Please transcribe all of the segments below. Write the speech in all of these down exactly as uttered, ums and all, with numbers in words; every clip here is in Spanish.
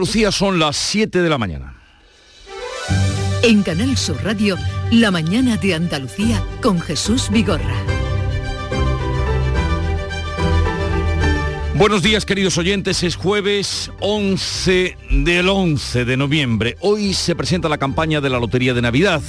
Lucía, son las siete de la mañana. En Canal Sur Radio, La mañana de Andalucía con Jesús Vigorra. Buenos días, queridos oyentes. Es jueves once del once de noviembre. Hoy se presenta la campaña de la Lotería de Navidad.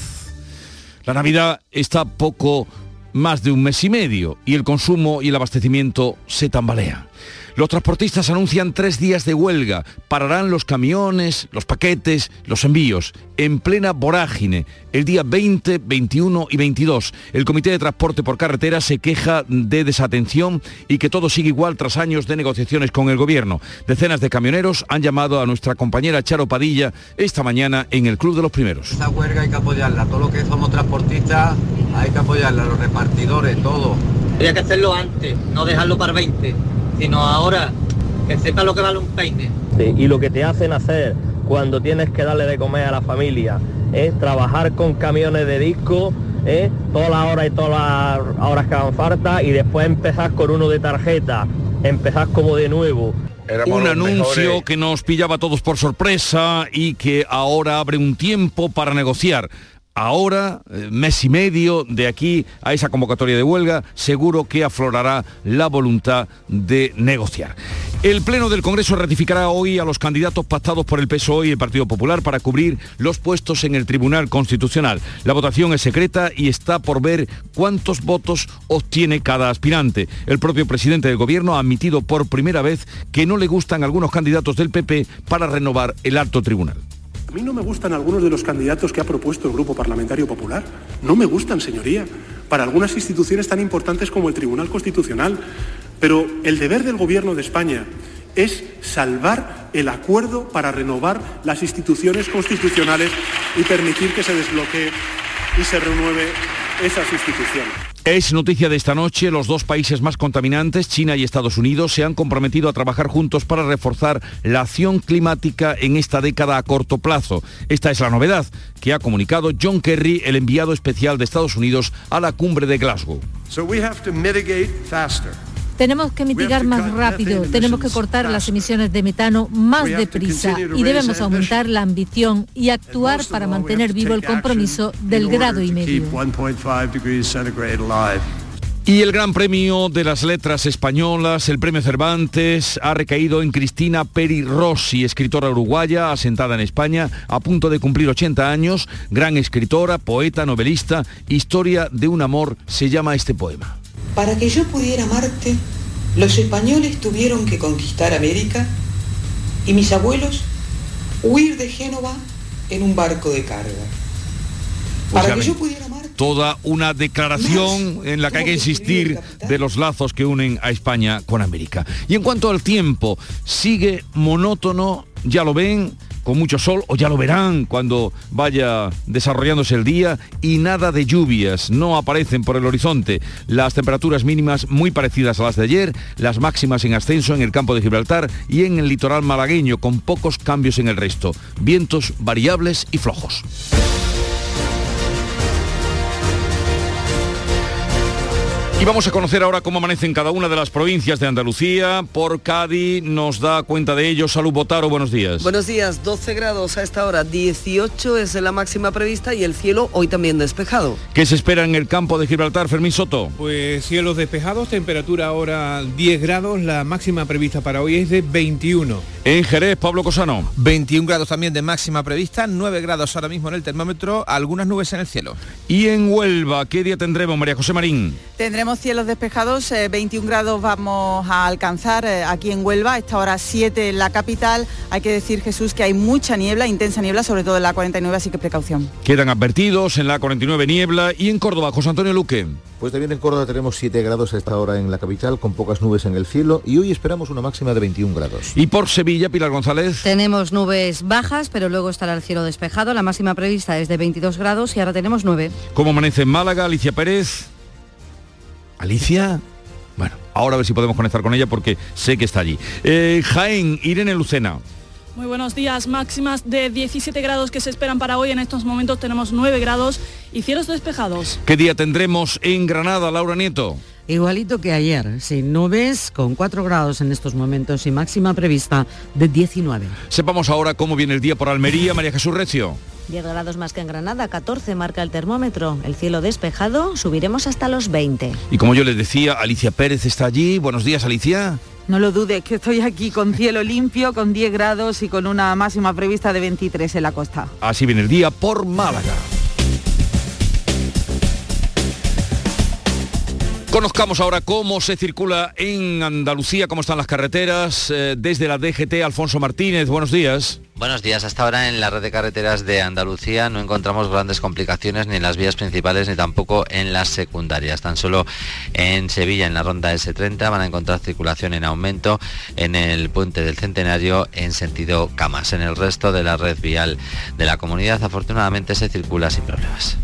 La Navidad está poco más de un mes y medio y el consumo y el abastecimiento se tambalean. Los transportistas anuncian tres días de huelga. Pararán los camiones, los paquetes, los envíos. En plena vorágine, el día veinte, veintiuno y veintidós. El Comité de Transporte por Carretera se queja de desatención y que todo sigue igual tras años de negociaciones con el Gobierno. Decenas de camioneros han llamado a nuestra compañera Charo Padilla esta mañana en el Club de los Primeros. Esta huelga hay que apoyarla. Todo lo que somos transportistas hay que apoyarla. Los repartidores, todo. Había que hacerlo antes, no dejarlo para veinte. Sino ahora, que sepa lo que vale un peine. Sí, y lo que te hacen hacer cuando tienes que darle de comer a la familia es trabajar con camiones de disco, ¿eh? todas las horas y todas las horas que hagan falta, y después empezar con uno de tarjeta, empezar como de nuevo. Un anuncio que nos pillaba a todos por sorpresa y que ahora abre un tiempo para negociar. Ahora, mes y medio de aquí a esa convocatoria de huelga, seguro que aflorará la voluntad de negociar. El Pleno del Congreso ratificará hoy a los candidatos pactados por el P S O E y el Partido Popular para cubrir los puestos en el Tribunal Constitucional. La votación es secreta y está por ver cuántos votos obtiene cada aspirante. El propio presidente del Gobierno ha admitido por primera vez que no le gustan algunos candidatos del P P para renovar el alto tribunal. A mí no me gustan algunos de los candidatos que ha propuesto el Grupo Parlamentario Popular. No me gustan, señoría, para algunas instituciones tan importantes como el Tribunal Constitucional. Pero el deber del Gobierno de España es salvar el acuerdo para renovar las instituciones constitucionales y permitir que se desbloquee y se renueve esas instituciones. Es noticia de esta noche, los dos países más contaminantes, China y Estados Unidos, se han comprometido a trabajar juntos para reforzar la acción climática en esta década a corto plazo. Esta es la novedad que ha comunicado John Kerry, el enviado especial de Estados Unidos a la cumbre de Glasgow. So we have to mitigate faster. Tenemos que mitigar más rápido, tenemos que cortar las emisiones de metano más deprisa y debemos aumentar la ambición y actuar para mantener vivo el compromiso del grado y medio. Y el Gran Premio de las Letras Españolas, el Premio Cervantes, ha recaído en Cristina Peri Rossi, escritora uruguaya, asentada en España, a punto de cumplir ochenta años, gran escritora, poeta, novelista. Historia de un amor se llama este poema. Para que yo pudiera amarte, los españoles tuvieron que conquistar América y mis abuelos huir de Génova en un barco de carga. Para pues que yo pudiera amarte... Toda una declaración en la que hay que insistir de los lazos que unen a España con América. Y en cuanto al tiempo, sigue monótono, ya lo ven, con mucho sol, o ya lo verán cuando vaya desarrollándose el día, y nada de lluvias, no aparecen por el horizonte. Las temperaturas mínimas muy parecidas a las de ayer, las máximas en ascenso en el campo de Gibraltar y en el litoral malagueño, con pocos cambios en el resto. Vientos variables y flojos. Y vamos a conocer ahora cómo amanece en cada una de las provincias de Andalucía. Por Cádiz nos da cuenta de ello Salud Botaro, buenos días. Buenos días, doce grados a esta hora, dieciocho es la máxima prevista y el cielo hoy también despejado. ¿Qué se espera en el campo de Gibraltar, Fermín Soto? Pues cielos despejados, temperatura ahora diez grados, la máxima prevista para hoy es de veintiuno. En Jerez, Pablo Cosano. veintiún grados también de máxima prevista, nueve grados ahora mismo en el termómetro, algunas nubes en el cielo. Y en Huelva, ¿qué día tendremos, María José Marín? Tendremos cielos despejados, eh, veintiún grados vamos a alcanzar eh, aquí en Huelva, a esta hora siete en la capital. Hay que decir, Jesús, que hay mucha niebla, intensa niebla, sobre todo en la cuarenta y nueve, así que precaución. Quedan advertidos en la cuarenta y nueve niebla. Y en Córdoba, José Antonio Luque. Pues también en Córdoba tenemos siete grados a esta hora en la capital, con pocas nubes en el cielo, y hoy esperamos una máxima de veintiún grados. Y por Sevilla, Pilar González. Tenemos nubes bajas, pero luego estará el cielo despejado. La máxima prevista es de veintidós grados y ahora tenemos nueve. ¿Cómo amanece en Málaga, Alicia Pérez? ¿Alicia? Bueno, ahora a ver si podemos conectar con ella porque sé que está allí. Eh, Jaén, Irene Lucena. Muy buenos días, máximas de diecisiete grados que se esperan para hoy. En estos momentos tenemos nueve grados y cielos despejados. ¿Qué día tendremos en Granada, Laura Nieto? igualito que ayer, sin nubes, con cuatro grados en estos momentos y máxima prevista de diecinueve. Sepamos ahora cómo viene el día por Almería. María Jesús Recio. diez grados más que en Granada, catorce marca el termómetro. El cielo despejado, subiremos hasta los veinte. Y como yo les decía, Alicia Pérez está allí. Buenos días, Alicia. No lo dudes, que estoy aquí con cielo limpio, con diez grados y con una máxima prevista de veintitrés en la costa. Así viene el día por Málaga. Conozcamos ahora cómo se circula en Andalucía, cómo están las carreteras. Eh, desde la D G T, Alfonso Martínez, buenos días. Buenos días. Hasta ahora en la red de carreteras de Andalucía no encontramos grandes complicaciones ni en las vías principales ni tampoco en las secundarias. Tan solo en Sevilla, en la ronda ese treinta, van a encontrar circulación en aumento en el puente del Centenario en sentido Camas. En el resto de la red vial de la comunidad, afortunadamente, se circula sin problemas.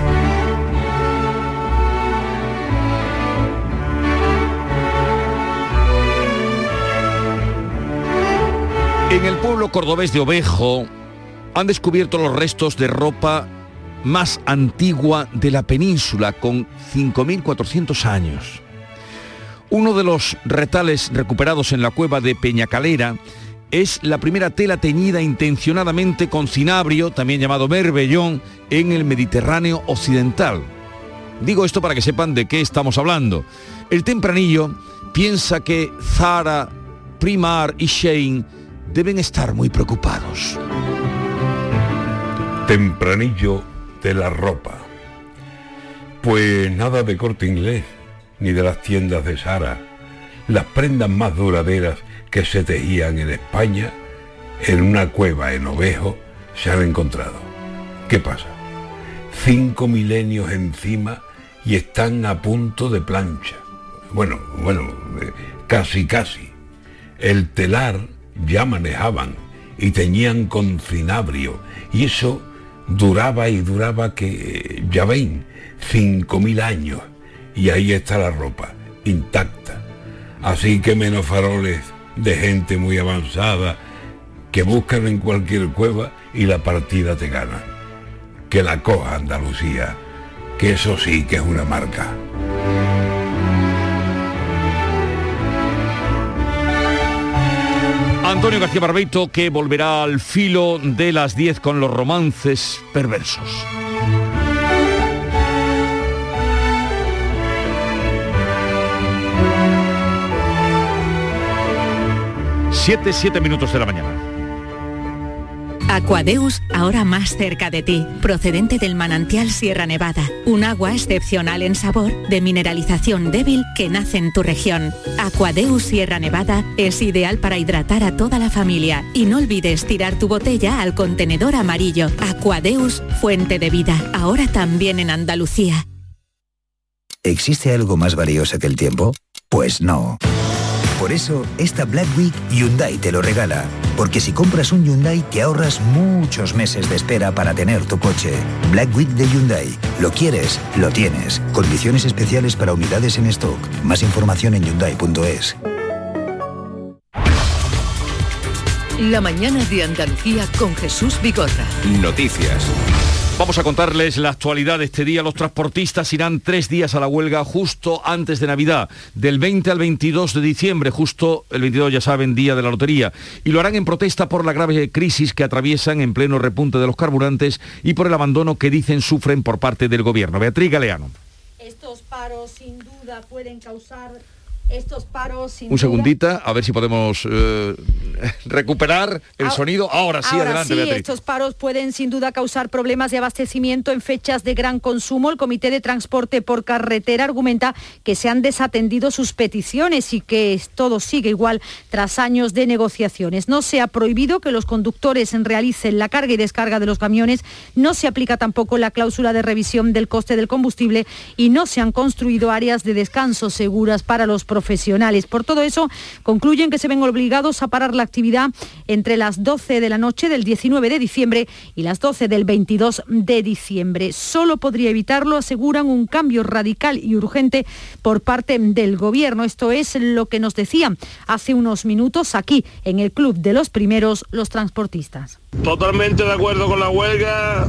En el pueblo cordobés de Ovejo han descubierto los restos de ropa más antigua de la península, con cinco mil cuatrocientos años. Uno de los retales recuperados en la cueva de Peñacalera es la primera tela teñida intencionadamente con cinabrio, también llamado berbellón, en el Mediterráneo occidental. Digo esto para que sepan de qué estamos hablando. El Tempranillo piensa que Zara, Primark y Shein deben estar muy preocupados. Tempranillo de la ropa. Pues nada de Corte Inglés, ni de las tiendas de Zara. Las prendas más duraderas que se tejían en España, en una cueva en Ovejo, se han encontrado. ¿Qué pasa? Cinco milenios encima y están a punto de plancha. Bueno, bueno, casi casi. El telar ya manejaban y teñían con cinabrio, y eso duraba y duraba que, ya ven, cinco mil años, y ahí está la ropa, intacta. Así que menos faroles de gente muy avanzada que buscan en cualquier cueva y la partida te ganan. Que la coja Andalucía, que eso sí que es una marca. Antonio García Barbeito, que volverá al filo de las diez con los romances perversos. Siete, siete minutos de la mañana. Aquadeus, ahora más cerca de ti, procedente del manantial Sierra Nevada, un agua excepcional en sabor, de mineralización débil que nace en tu región. Aquadeus Sierra Nevada es ideal para hidratar a toda la familia, y no olvides tirar tu botella al contenedor amarillo. Aquadeus, fuente de vida, ahora también en Andalucía. ¿Existe algo más valioso que el tiempo? Pues no. Por eso, esta Black Week Hyundai te lo regala. Porque si compras un Hyundai te ahorras muchos meses de espera para tener tu coche. Black Week de Hyundai. Lo quieres, lo tienes. Condiciones especiales para unidades en stock. Más información en hyundai punto es. La mañana de Andalucía con Jesús Vigorra. Noticias. Vamos a contarles la actualidad de este día. Los transportistas irán tres días a la huelga justo antes de Navidad, del veinte al veintidós de diciembre, justo el veintidós, ya saben, día de la lotería. Y lo harán en protesta por la grave crisis que atraviesan en pleno repunte de los carburantes y por el abandono que dicen sufren por parte del gobierno. Beatriz Galeano. Estos paros sin duda pueden causar... Estos paros sin Un duda... segundita, a ver si podemos eh, recuperar el ahora, sonido. Ahora sí, ahora adelante, sí, Beatriz. estos paros pueden sin duda causar problemas de abastecimiento en fechas de gran consumo. El Comité de Transporte por Carretera argumenta que se han desatendido sus peticiones y que todo sigue igual tras años de negociaciones. No se ha prohibido que los conductores realicen la carga y descarga de los camiones, no se aplica tampoco la cláusula de revisión del coste del combustible y no se han construido áreas de descanso seguras para los profesionales. profesionales. Por todo eso, concluyen que se ven obligados a parar la actividad entre las doce de la noche del diecinueve de diciembre y las doce del veintidós de diciembre. Solo podría evitarlo, aseguran, un cambio radical y urgente por parte del Gobierno. Esto es lo que nos decían hace unos minutos aquí, en el Club de los Primeros, los transportistas. Totalmente de acuerdo con la huelga.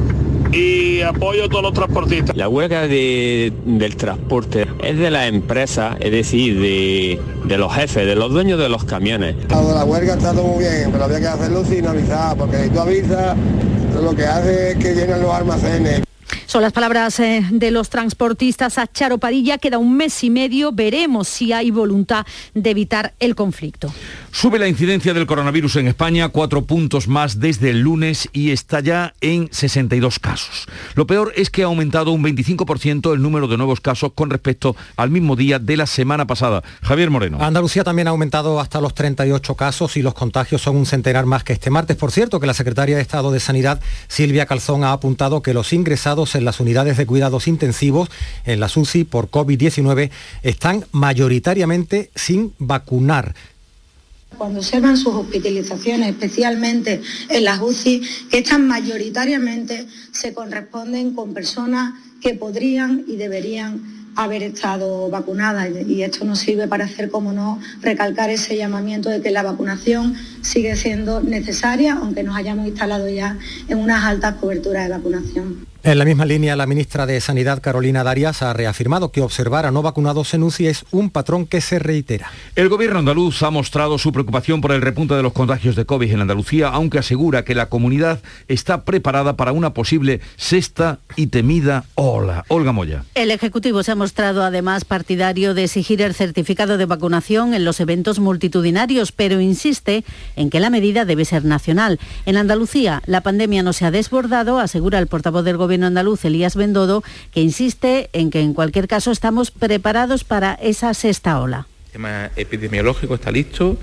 y apoyo a todos los transportistas. La huelga de, del transporte es de las empresas, es decir, de, de los jefes, de los dueños de los camiones. La huelga está todo muy bien, pero había que hacerlo sin avisar, porque si tú avisas, lo que hace es que llenan los almacenes. Son las palabras eh, de los transportistas a Charo Padilla. Queda un mes y medio, veremos si hay voluntad de evitar el conflicto. Sube la incidencia del coronavirus en España, cuatro puntos más desde el lunes y está ya en sesenta y dos casos. Lo peor es que ha aumentado un veinticinco por ciento el número de nuevos casos con respecto al mismo día de la semana pasada. Javier Moreno. Andalucía también ha aumentado hasta los treinta y ocho casos y los contagios son un centenar más que este martes. Por cierto, que la secretaria de Estado de Sanidad, Silvia Calzón, ha apuntado que los ingresados en las unidades de cuidados intensivos, en las U C I por COVID diecinueve, están mayoritariamente sin vacunar. Cuando observan sus hospitalizaciones, especialmente en las U C I, que estas mayoritariamente se corresponden con personas que podrían y deberían haber estado vacunadas, y esto nos sirve para hacer, como no, recalcar ese llamamiento de que la vacunación sigue siendo necesaria, aunque nos hayamos instalado ya en unas altas coberturas de vacunación. En la misma línea, la ministra de Sanidad, Carolina Darias, ha reafirmado que observar a no vacunados en U C I es un patrón que se reitera. El gobierno andaluz ha mostrado su preocupación por el repunte de los contagios de COVID en Andalucía, aunque asegura que la comunidad está preparada para una posible sexta y temida ola. Olga Moya. El Ejecutivo se ha mostrado además partidario de exigir el certificado de vacunación en los eventos multitudinarios, pero insiste en que la medida debe ser nacional. En Andalucía, la pandemia no se ha desbordado, asegura el portavoz del gobierno andaluz, Elías Bendodo, que insiste en que en cualquier caso estamos preparados para esa sexta ola. El tema epidemiológico está listo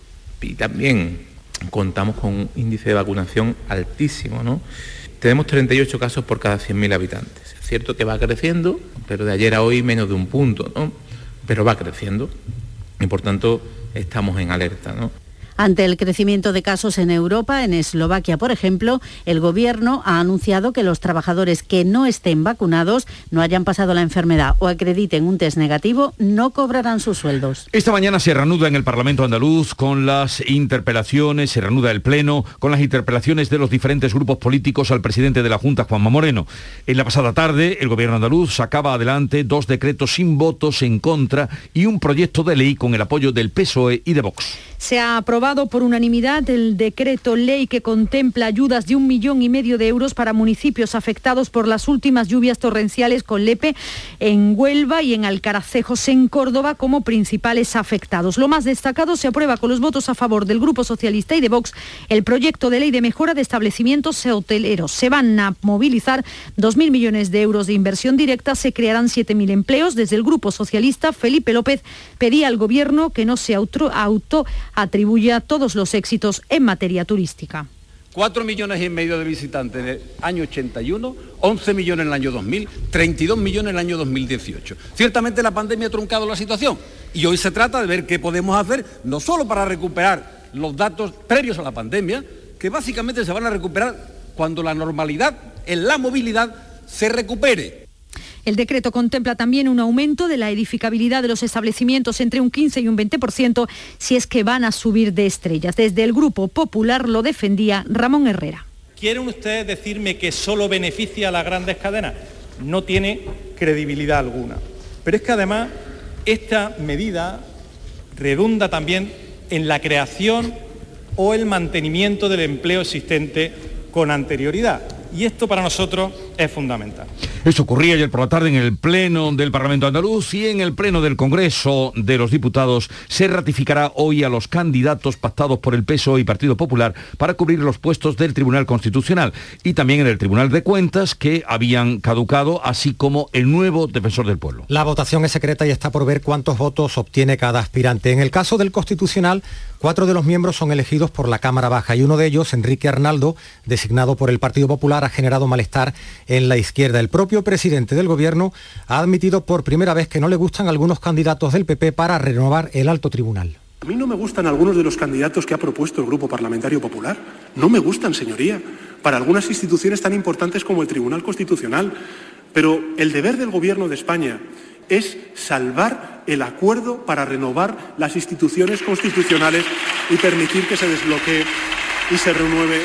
y también contamos con un índice de vacunación altísimo, ¿no? Tenemos treinta y ocho casos por cada cien mil habitantes. Es cierto que va creciendo, pero de ayer a hoy menos de un punto, ¿no? Pero va creciendo y por tanto estamos en alerta, ¿no? Ante el crecimiento de casos en Europa, en Eslovaquia, por ejemplo, el Gobierno ha anunciado que los trabajadores que no estén vacunados, no hayan pasado la enfermedad o acrediten un test negativo, no cobrarán sus sueldos. Esta mañana se reanuda en el Parlamento andaluz con las interpelaciones, se reanuda el Pleno con las interpelaciones de los diferentes grupos políticos al presidente de la Junta, Juanma Moreno. En la pasada tarde, el Gobierno andaluz sacaba adelante dos decretos sin votos en contra y un proyecto de ley con el apoyo del P S O E y de Vox. Se ha aprobado por unanimidad el decreto ley que contempla ayudas de un millón y medio de euros para municipios afectados por las últimas lluvias torrenciales, con Lepe en Huelva y en Alcaracejos en Córdoba como principales afectados. Lo más destacado, se aprueba con los votos a favor del Grupo Socialista y de Vox el proyecto de ley de mejora de establecimientos hoteleros. Se van a movilizar dos mil millones de euros de inversión directa, se crearán siete mil empleos. Desde el Grupo Socialista, Felipe López pedía al Gobierno que no se auto, auto atribuya todos los éxitos en materia turística. Cuatro millones y medio de visitantes en el año ochenta y uno, once millones en el año dos mil, treinta y dos millones en el año dos mil dieciocho. Ciertamente la pandemia ha truncado la situación y hoy se trata de ver qué podemos hacer, no solo para recuperar los datos previos a la pandemia, que básicamente se van a recuperar cuando la normalidad en la movilidad se recupere. El decreto contempla también un aumento de la edificabilidad de los establecimientos entre un quince y un veinte por ciento si es que van a subir de estrellas. Desde el Grupo Popular lo defendía Ramón Herrera. ¿Quieren ustedes decirme que solo beneficia a las grandes cadenas? No tiene credibilidad alguna. Pero es que además esta medida redunda también en la creación o el mantenimiento del empleo existente con anterioridad. Y esto para nosotros es fundamental. Esto ocurría ayer por la tarde en el Pleno del Parlamento andaluz y en el Pleno del Congreso de los Diputados se ratificará hoy a los candidatos pactados por el P S O E y Partido Popular para cubrir los puestos del Tribunal Constitucional y también en el Tribunal de Cuentas que habían caducado, así como el nuevo Defensor del Pueblo. La votación es secreta y está por ver cuántos votos obtiene cada aspirante. En el caso del Constitucional, cuatro de los miembros son elegidos por la Cámara Baja y uno de ellos, Enrique Arnaldo, designado por el Partido Popular, ha generado malestar en la izquierda. El propio presidente del Gobierno ha admitido por primera vez que no le gustan algunos candidatos del P P para renovar el alto tribunal. A mí no me gustan algunos de los candidatos que ha propuesto el Grupo Parlamentario Popular. No me gustan, señoría, para algunas instituciones tan importantes como el Tribunal Constitucional. Pero el deber del Gobierno de España es salvar el acuerdo para renovar las instituciones constitucionales y permitir que se desbloquee y se renueve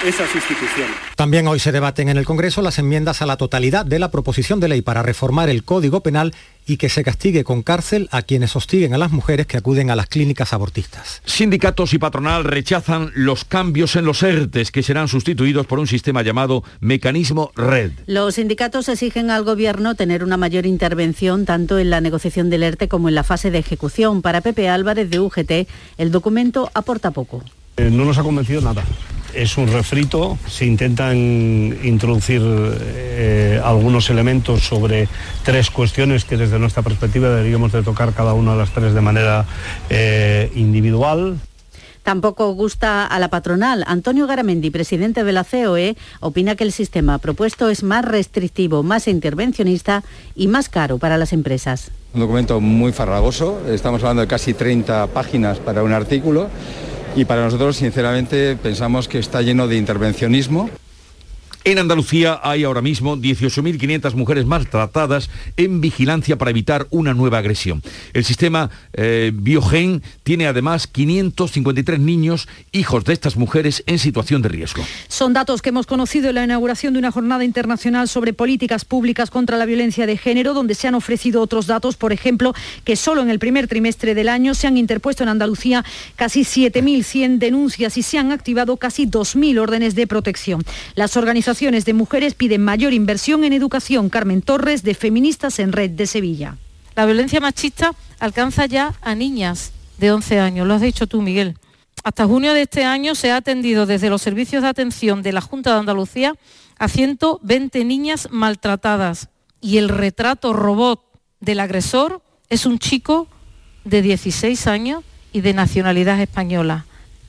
esas instituciones. También hoy se debaten en el Congreso las enmiendas a la totalidad de la proposición de ley para reformar el Código Penal y que se castigue con cárcel a quienes hostiguen a las mujeres que acuden a las clínicas abortistas. Sindicatos y patronal rechazan los cambios en los ERTES, que serán sustituidos por un sistema llamado Mecanismo Red. Los sindicatos exigen al Gobierno tener una mayor intervención tanto en la negociación del ERTE como en la fase de ejecución. Para Pepe Álvarez de U G T, el documento aporta poco. Eh, no nos ha convencido nada. Es un refrito, se intentan introducir eh, algunos elementos sobre tres cuestiones que desde nuestra perspectiva deberíamos de tocar cada una de las tres de manera eh, individual. Tampoco gusta a la patronal. Antonio Garamendi, presidente de la C O E, opina que el sistema propuesto es más restrictivo, más intervencionista y más caro para las empresas. Un documento muy farragoso, estamos hablando de casi treinta páginas para un artículo. Y para nosotros, sinceramente, pensamos que está lleno de intervencionismo. En Andalucía hay ahora mismo dieciocho mil quinientas mujeres maltratadas en vigilancia para evitar una nueva agresión. El sistema eh, Biogen tiene además quinientos cincuenta y tres niños, hijos de estas mujeres, en situación de riesgo. Son datos que hemos conocido en la inauguración de una jornada internacional sobre políticas públicas contra la violencia de género, donde se han ofrecido otros datos, por ejemplo, que solo en el primer trimestre del año se han interpuesto en Andalucía casi siete mil cien denuncias y se han activado casi dos mil órdenes de protección. Las organizaciones de mujeres piden mayor inversión en educación. Carmen Torres, de Feministas en Red de Sevilla. La violencia machista alcanza ya a niñas de once años, lo has dicho tú, Miguel. Hasta junio de este año se ha atendido desde los servicios de atención de la Junta de Andalucía a ciento veinte niñas maltratadas y el retrato robot del agresor es un chico de dieciséis años y de nacionalidad española.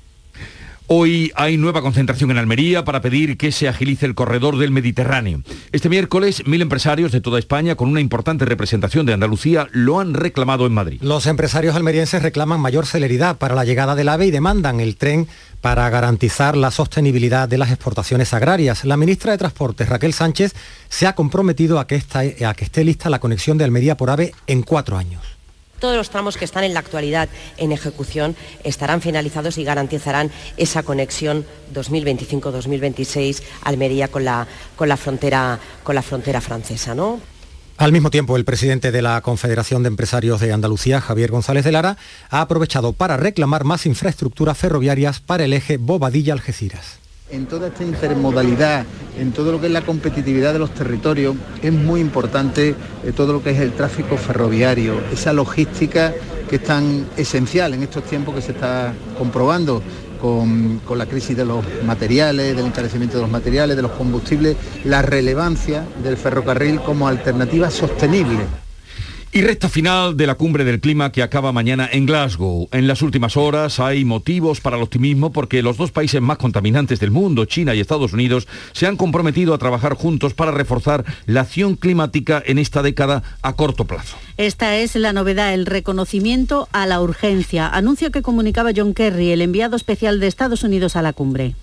Hoy hay nueva concentración en Almería para pedir que se agilice el corredor del Mediterráneo. Este miércoles, mil empresarios de toda España, con una importante representación de Andalucía, lo han reclamado en Madrid. Los empresarios almerienses reclaman mayor celeridad para la llegada del AVE y demandan el tren para garantizar la sostenibilidad de las exportaciones agrarias. La ministra de Transportes, Raquel Sánchez, se ha comprometido a que, esta, a que esté lista la conexión de Almería por AVE en cuatro años. Todos los tramos que están en la actualidad en ejecución estarán finalizados y garantizarán esa conexión dos mil veinticinco dos mil veintiséis Almería con la, con la, frontera, con la frontera francesa, ¿no? Al mismo tiempo, el presidente de la Confederación de Empresarios de Andalucía, Javier González de Lara, ha aprovechado para reclamar más infraestructuras ferroviarias para el eje Bobadilla-Algeciras. En toda esta intermodalidad, en todo lo que es la competitividad de los territorios, es muy importante eh, todo lo que es el tráfico ferroviario, esa logística que es tan esencial en estos tiempos que se está comprobando con, con la crisis de los materiales, del encarecimiento de los materiales, de los combustibles, la relevancia del ferrocarril como alternativa sostenible. Y recta final de la cumbre del clima que acaba mañana en Glasgow. En las últimas horas hay motivos para el optimismo porque los dos países más contaminantes del mundo, China y Estados Unidos, se han comprometido a trabajar juntos para reforzar la acción climática en esta década a corto plazo. Esta es la novedad, el reconocimiento a la urgencia, anuncio que comunicaba John Kerry, el enviado especial de Estados Unidos a la cumbre.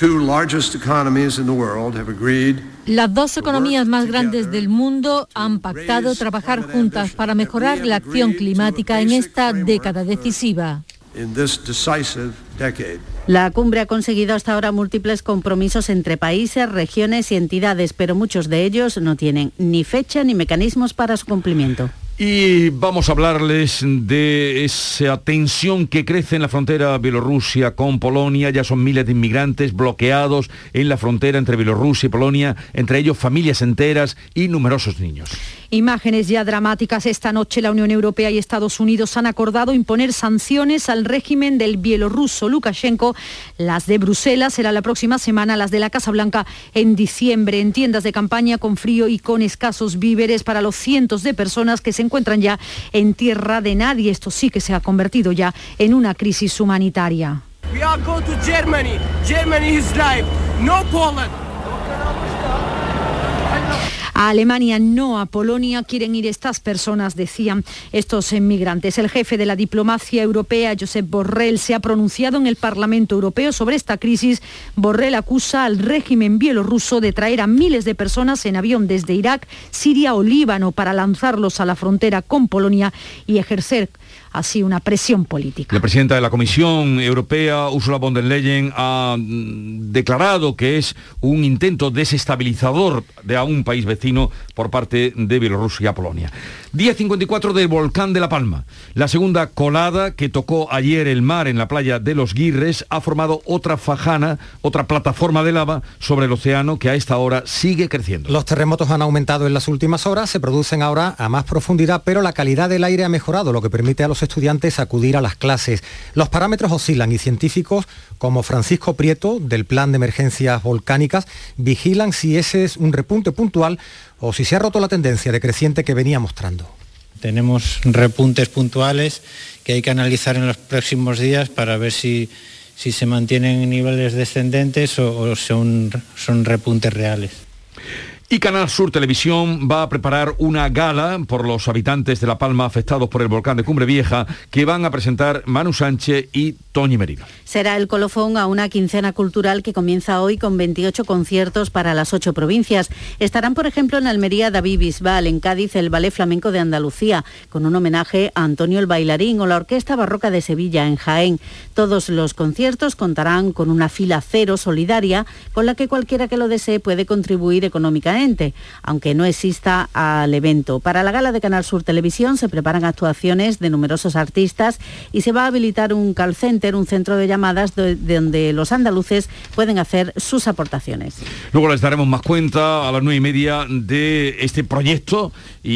Las dos economías más grandes del mundo han pactado trabajar juntas para mejorar la acción climática en esta década decisiva. La cumbre ha conseguido hasta ahora múltiples compromisos entre países, regiones y entidades, pero muchos de ellos no tienen ni fecha ni mecanismos para su cumplimiento. Y vamos a hablarles de esa tensión que crece en la frontera Bielorrusia con Polonia. Ya son miles de inmigrantes bloqueados en la frontera entre Bielorrusia y Polonia, entre ellos familias enteras y numerosos niños. Imágenes ya dramáticas. Esta noche la Unión Europea y Estados Unidos han acordado imponer sanciones al régimen del bielorruso Lukashenko. Las de Bruselas serán la próxima semana, las de la Casa Blanca en diciembre, en tiendas de campaña con frío y con escasos víveres para los cientos de personas que se encuentran ya en tierra de nadie. Esto sí que se ha convertido ya en una crisis humanitaria. We are going to Germany. Germany is life. No Poland. A Alemania, no a Polonia, quieren ir estas personas, decían estos inmigrantes. El jefe de la diplomacia europea, Josep Borrell, se ha pronunciado en el Parlamento Europeo sobre esta crisis. Borrell acusa al régimen bielorruso de traer a miles de personas en avión desde Irak, Siria o Líbano para lanzarlos a la frontera con Polonia y ejercer así una presión política. La presidenta de la Comisión Europea, Ursula von der Leyen, ha mm, declarado que es un intento desestabilizador de a un país vecino por parte de Bielorrusia y Polonia. Día cincuenta y cuatro del volcán de La Palma. La segunda colada que tocó ayer el mar en la playa de Los Guirres ha formado otra fajana, otra plataforma de lava sobre el océano que a esta hora sigue creciendo. Los terremotos han aumentado en las últimas horas, se producen ahora a más profundidad, pero la calidad del aire ha mejorado, lo que permite a los estudiantes acudir a las clases. Los parámetros oscilan y científicos como Francisco Prieto, del Plan de Emergencias Volcánicas, vigilan si ese es un repunte puntual o si se ha roto la tendencia decreciente que venía mostrando. Tenemos repuntes puntuales que hay que analizar en los próximos días para ver si, si se mantienen en niveles descendentes o, o son, son repuntes reales. Y Canal Sur Televisión va a preparar una gala por los habitantes de La Palma afectados por el volcán de Cumbre Vieja que van a presentar Manu Sánchez y Toñi Merino. Será el colofón a una quincena cultural que comienza hoy con veintiocho conciertos para las ocho provincias. Estarán, por ejemplo, en Almería David Bisbal, en Cádiz el Ballet Flamenco de Andalucía, con un homenaje a Antonio el Bailarín, o la Orquesta Barroca de Sevilla, en Jaén. Todos los conciertos contarán con una fila cero solidaria con la que cualquiera que lo desee puede contribuir económicamente, aunque no exista al evento. Para la gala de Canal Sur Televisión se preparan actuaciones de numerosos artistas y se va a habilitar un call center, un centro de llamadas de, de donde los andaluces pueden hacer sus aportaciones. Luego les daremos más cuenta a las nueve y media de este proyecto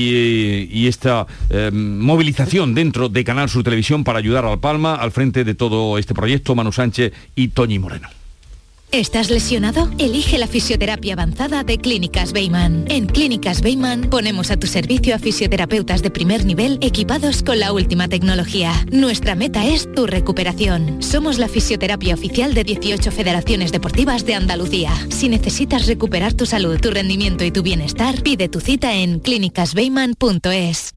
y, y esta eh, movilización dentro de Canal Sur Televisión para ayudar a La Palma. Al frente de todo este proyecto, Manu Sánchez y Toñi Moreno. ¿Estás lesionado? Elige la fisioterapia avanzada de Clínicas Beiman. En Clínicas Beiman ponemos a tu servicio a fisioterapeutas de primer nivel equipados con la última tecnología. Nuestra meta es tu recuperación. Somos la fisioterapia oficial de dieciocho federaciones deportivas de Andalucía. Si necesitas recuperar tu salud, tu rendimiento y tu bienestar, pide tu cita en clínicas beiman punto es.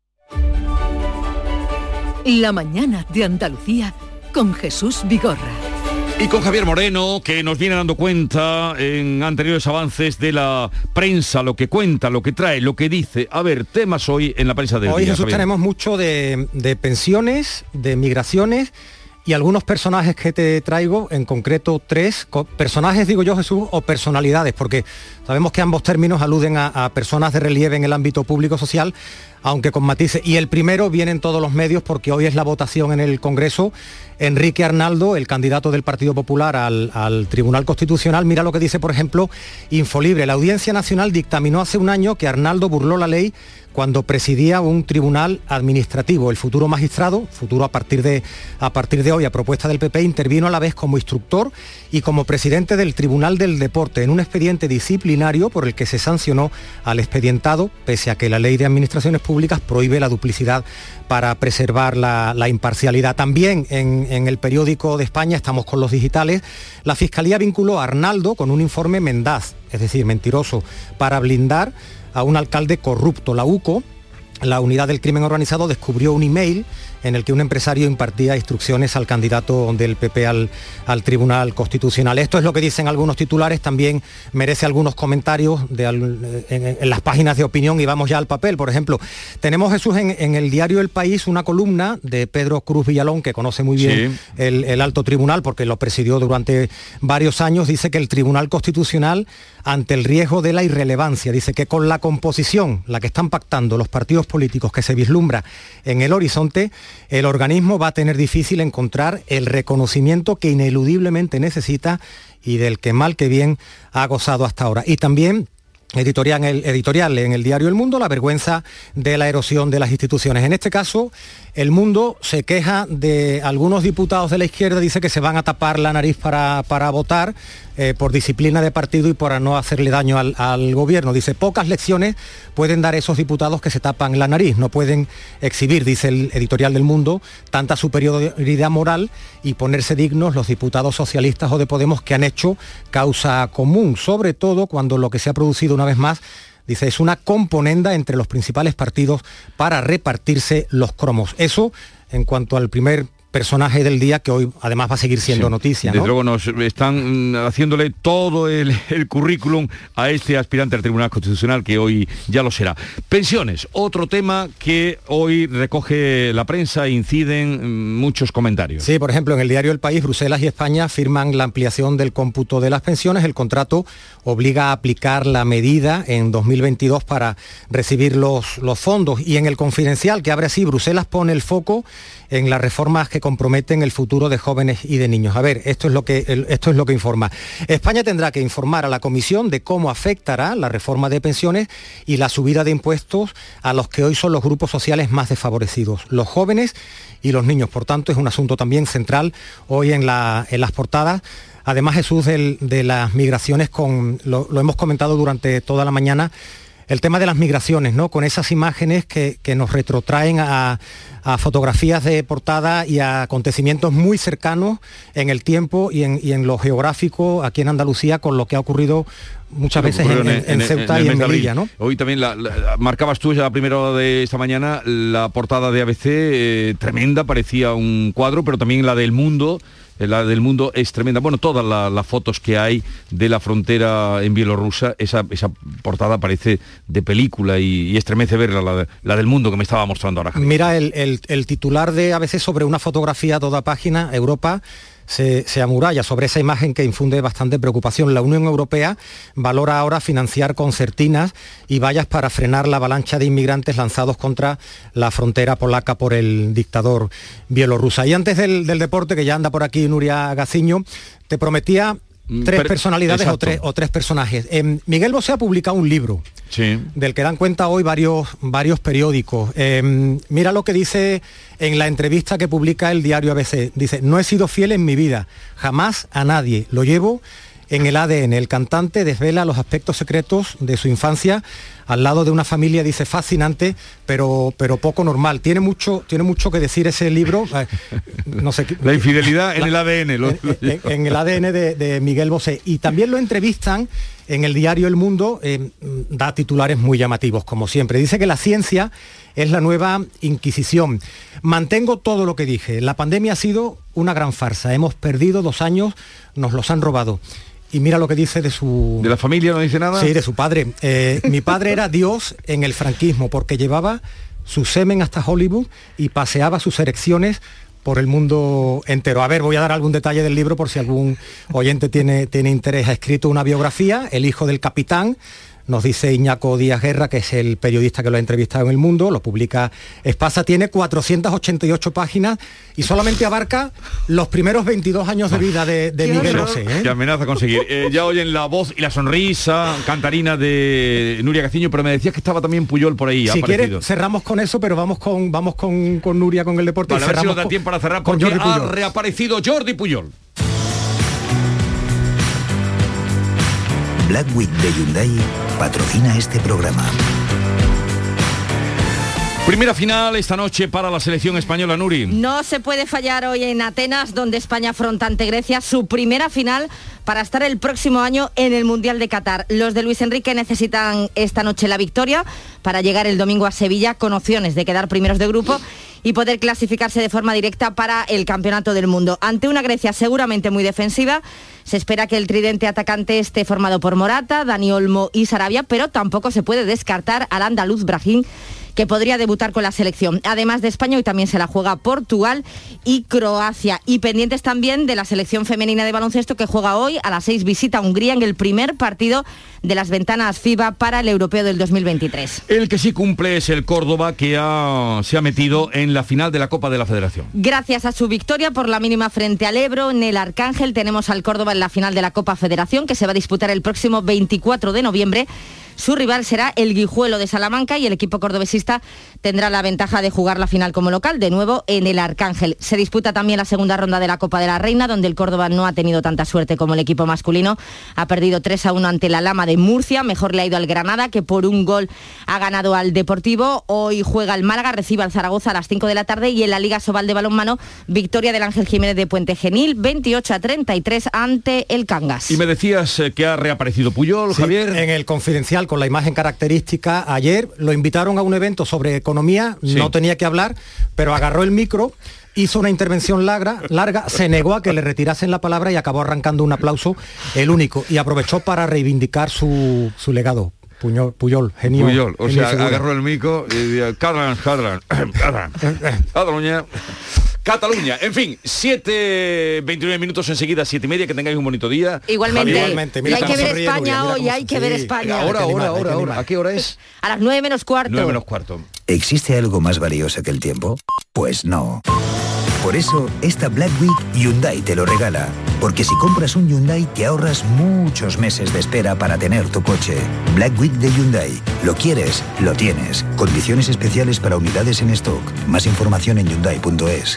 La mañana de Andalucía con Jesús Vigorra. Y con Javier Moreno, que nos viene dando cuenta en anteriores avances de la prensa, lo que cuenta, lo que trae, lo que dice. A ver, temas hoy en la prensa del hoy, día. Hoy, Jesús, tenemos mucho de, de pensiones, de migraciones y algunos personajes que te traigo, en concreto tres, personajes, digo yo, Jesús, o personalidades, porque sabemos que ambos términos aluden a, a personas de relieve en el ámbito público social, aunque con matices. Y el primero viene en todos los medios porque hoy es la votación en el Congreso. Enrique Arnaldo, el candidato del Partido Popular al, al Tribunal Constitucional, mira lo que dice, por ejemplo, Infolibre. La Audiencia Nacional dictaminó hace un año que Arnaldo burló la ley cuando presidía un tribunal administrativo. El futuro magistrado, futuro a partir de, a partir de hoy, a propuesta del P P, intervino a la vez como instructor y como presidente del Tribunal del Deporte en un expediente disciplinario por el que se sancionó al expedientado, pese a que la Ley de Administraciones Públicas prohíbe la duplicidad para preservar la, la imparcialidad. También en, en el periódico de España, estamos con los digitales, la Fiscalía vinculó a Arnaldo con un informe mendaz, es decir, mentiroso, para blindar a un alcalde corrupto. La UCO, la Unidad del Crimen Organizado, descubrió un email en el que un empresario impartía instrucciones al candidato del P P al, al Tribunal Constitucional. Esto es lo que dicen algunos titulares, también merece algunos comentarios de, en, en las páginas de opinión, y vamos ya al papel. Por ejemplo, tenemos, Jesús, en, en el diario El País una columna de Pedro Cruz Villalón, que conoce muy bien sí. el, el alto tribunal porque lo presidió durante varios años. Dice que el Tribunal Constitucional, ante el riesgo de la irrelevancia, dice que con la composición, la que están pactando los partidos políticos que se vislumbra en el horizonte, el organismo va a tener difícil encontrar el reconocimiento que ineludiblemente necesita y del que mal que bien ha gozado hasta ahora. Y también editorial, el, editorial en el diario El Mundo, la vergüenza de la erosión de las instituciones. En este caso, El Mundo se queja de algunos diputados de la izquierda, dice que se van a tapar la nariz para, para votar eh, por disciplina de partido y para no hacerle daño al, al gobierno. Dice, pocas lecciones pueden dar esos diputados que se tapan la nariz, no pueden exhibir, dice el editorial del Mundo, tanta superioridad moral y ponerse dignos los diputados socialistas o de Podemos que han hecho causa común, sobre todo cuando lo que se ha producido una vez más, dice, es una componenda entre los principales partidos para repartirse los cromos. Eso en cuanto al primer personaje del día que hoy además va a seguir siendo sí, noticia, ¿no? Desde luego nos están haciéndole todo el, el currículum a este aspirante al Tribunal Constitucional que hoy ya lo será. Pensiones, otro tema que hoy recoge la prensa e inciden muchos comentarios. Sí, por ejemplo, en el diario El País, Bruselas y España firman la ampliación del cómputo de las pensiones. El contrato obliga a aplicar la medida en dos mil veintidós para recibir los, los fondos. Y en el Confidencial, que abre así, Bruselas pone el foco en las reformas que comprometen el futuro de jóvenes y de niños. A ver, esto es lo que, esto es lo que informa. España tendrá que informar a la Comisión de cómo afectará la reforma de pensiones y la subida de impuestos a los que hoy son los grupos sociales más desfavorecidos, los jóvenes y los niños. Por tanto, es un asunto también central hoy en, la, en las portadas. Además, Jesús, del, de las migraciones, con, lo, lo hemos comentado durante toda la mañana, el tema de las migraciones, ¿no? Con esas imágenes que, que nos retrotraen a, a fotografías de portada y a acontecimientos muy cercanos en el tiempo y en, y en lo geográfico aquí en Andalucía, con lo que ha ocurrido muchas veces en, en, en Ceuta en, en y en Melilla, ¿no? Hoy también la, la, marcabas tú ya la primera hora de esta mañana la portada de A B C, eh, tremenda, parecía un cuadro, pero también la del Mundo. La del Mundo es tremenda. Bueno, todas la, las fotos que hay de la frontera en Bielorrusia, esa, esa portada parece de película y, y estremece verla, la, la del Mundo que me estaba mostrando ahora, Javier. Mira, el, el, el titular de A B C sobre una fotografía a toda página, Europa se, se amuralla sobre esa imagen que infunde bastante preocupación. La Unión Europea valora ahora financiar concertinas y vallas para frenar la avalancha de inmigrantes lanzados contra la frontera polaca por el dictador bielorruso. Y antes del, del deporte, que ya anda por aquí Nuria Gaciño, te prometía tres Pero, personalidades o tres, o tres personajes. Eh, Miguel Bosé ha publicado un libro, sí, del que dan cuenta hoy varios, varios periódicos. Eh, mira lo que dice en la entrevista que publica el diario A B C. Dice: no he sido fiel en mi vida, jamás a nadie. Lo llevo en el A D N. El cantante desvela los aspectos secretos de su infancia al lado de una familia, dice, fascinante, pero, pero poco normal. Tiene mucho, tiene mucho que decir ese libro. No sé, la infidelidad en la, el A D N. Lo, en, en, en el A D N de, de Miguel Bosé. Y también lo entrevistan en el diario El Mundo, eh, da titulares muy llamativos, como siempre. Dice que la ciencia es la nueva Inquisición. Mantengo todo lo que dije. La pandemia ha sido una gran farsa. Hemos perdido dos años, nos los han robado. Y mira lo que dice de su... ¿De la familia no dice nada? Sí, de su padre. Eh, mi padre era Dios en el franquismo porque llevaba su semen hasta Hollywood y paseaba sus erecciones por el mundo entero. A ver, voy a dar algún detalle del libro por si algún oyente tiene, tiene interés. Ha escrito una biografía, El hijo del capitán. Nos dice Iñaco Díaz Guerra, que es el periodista que lo ha entrevistado en El Mundo, lo publica Espasa, tiene cuatrocientas ochenta y ocho páginas y solamente abarca los primeros veintidós años de vida de, de Miguel Bosé, ¿eh? Que amenaza a conseguir. Eh, ya oyen la voz y la sonrisa cantarina de Nuria Gaciño, pero me decías que estaba también Puyol por ahí. Si quieres, cerramos con eso, pero vamos con vamos con, con Nuria, con el deporte. Vale, y a ver si nos da tiempo para cerrar, porque ha reaparecido Jordi Puyol. Black Week de Hyundai patrocina este programa. Primera final esta noche para la selección española, Nuri. No se puede fallar hoy en Atenas, donde España afronta ante Grecia su primera final para estar el próximo año en el Mundial de Qatar. Los de Luis Enrique necesitan esta noche la victoria para llegar el domingo a Sevilla con opciones de quedar primeros de grupo y poder clasificarse de forma directa para el Campeonato del Mundo. Ante una Grecia seguramente muy defensiva, se espera que el tridente atacante esté formado por Morata, Dani Olmo y Sarabia, pero tampoco se puede descartar al andaluz Brahim, que podría debutar con la selección. Además de España, hoy también se la juega Portugal y Croacia. Y pendientes también de la selección femenina de baloncesto, que juega hoy a las seis, visita a Hungría en el primer partido de las ventanas FIBA para el Europeo del dos mil veintitrés. El que sí cumple es el Córdoba, que ha, se ha metido en la final de la Copa de la Federación. Gracias a su victoria por la mínima frente al Ebro en el Arcángel, tenemos al Córdoba en la final de la Copa Federación, que se va a disputar el próximo veinticuatro de noviembre. Su rival será el Guijuelo de Salamanca y el equipo cordobesista tendrá la ventaja de jugar la final como local, de nuevo en el Arcángel. Se disputa también la segunda ronda de la Copa de la Reina, donde el Córdoba no ha tenido tanta suerte como el equipo masculino. Ha perdido tres a uno ante la Lama de Murcia, mejor le ha ido al Granada, que por un gol ha ganado al Deportivo. Hoy juega el Málaga, recibe al Zaragoza a las cinco de la tarde, y en la Liga Sobal de balonmano, victoria del Ángel Jiménez de Puente Genil, veintiocho a treinta y tres ante el Cangas. Y me decías eh, que ha reaparecido Puyol, sí, Javier. En el Confidencial, con la imagen característica. Ayer lo invitaron a un evento sobre economía, sí. No tenía que hablar, pero agarró el micro hizo una intervención larga, larga, se negó a que le retirasen la palabra y acabó arrancando un aplauso, el único, y aprovechó para reivindicar su, su legado. Puyol, Puyol, genio. Puyol, o genio sea, figura. agarró el mico y dijo, Catalan, Catalan, Catalan, Cataluña, Cataluña. En fin, siete, veintinueve minutos enseguida, siete y media, que tengáis un bonito día. Igualmente. Igualmente. Y hay que ver España hoy, hay que ver España. Ahora, ahora, ahora, ahora. ¿A qué hora es? A las nueve menos cuarto. nueve menos cuarto. ¿Existe algo más valioso que el tiempo? Pues no. Por eso, esta Black Week Hyundai te lo regala. Porque si compras un Hyundai te ahorras muchos meses de espera para tener tu coche. Black Week de Hyundai. Lo quieres, lo tienes. Condiciones especiales para unidades en stock. Más información en hyundai punto es.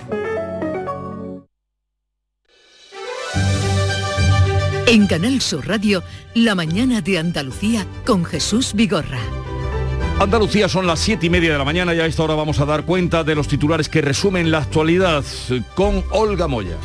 En Canal Sur Radio, La mañana de Andalucía con Jesús Vigorra. Andalucía, son las siete y media de la mañana y a esta hora vamos a dar cuenta de los titulares que resumen la actualidad con Olga Moya.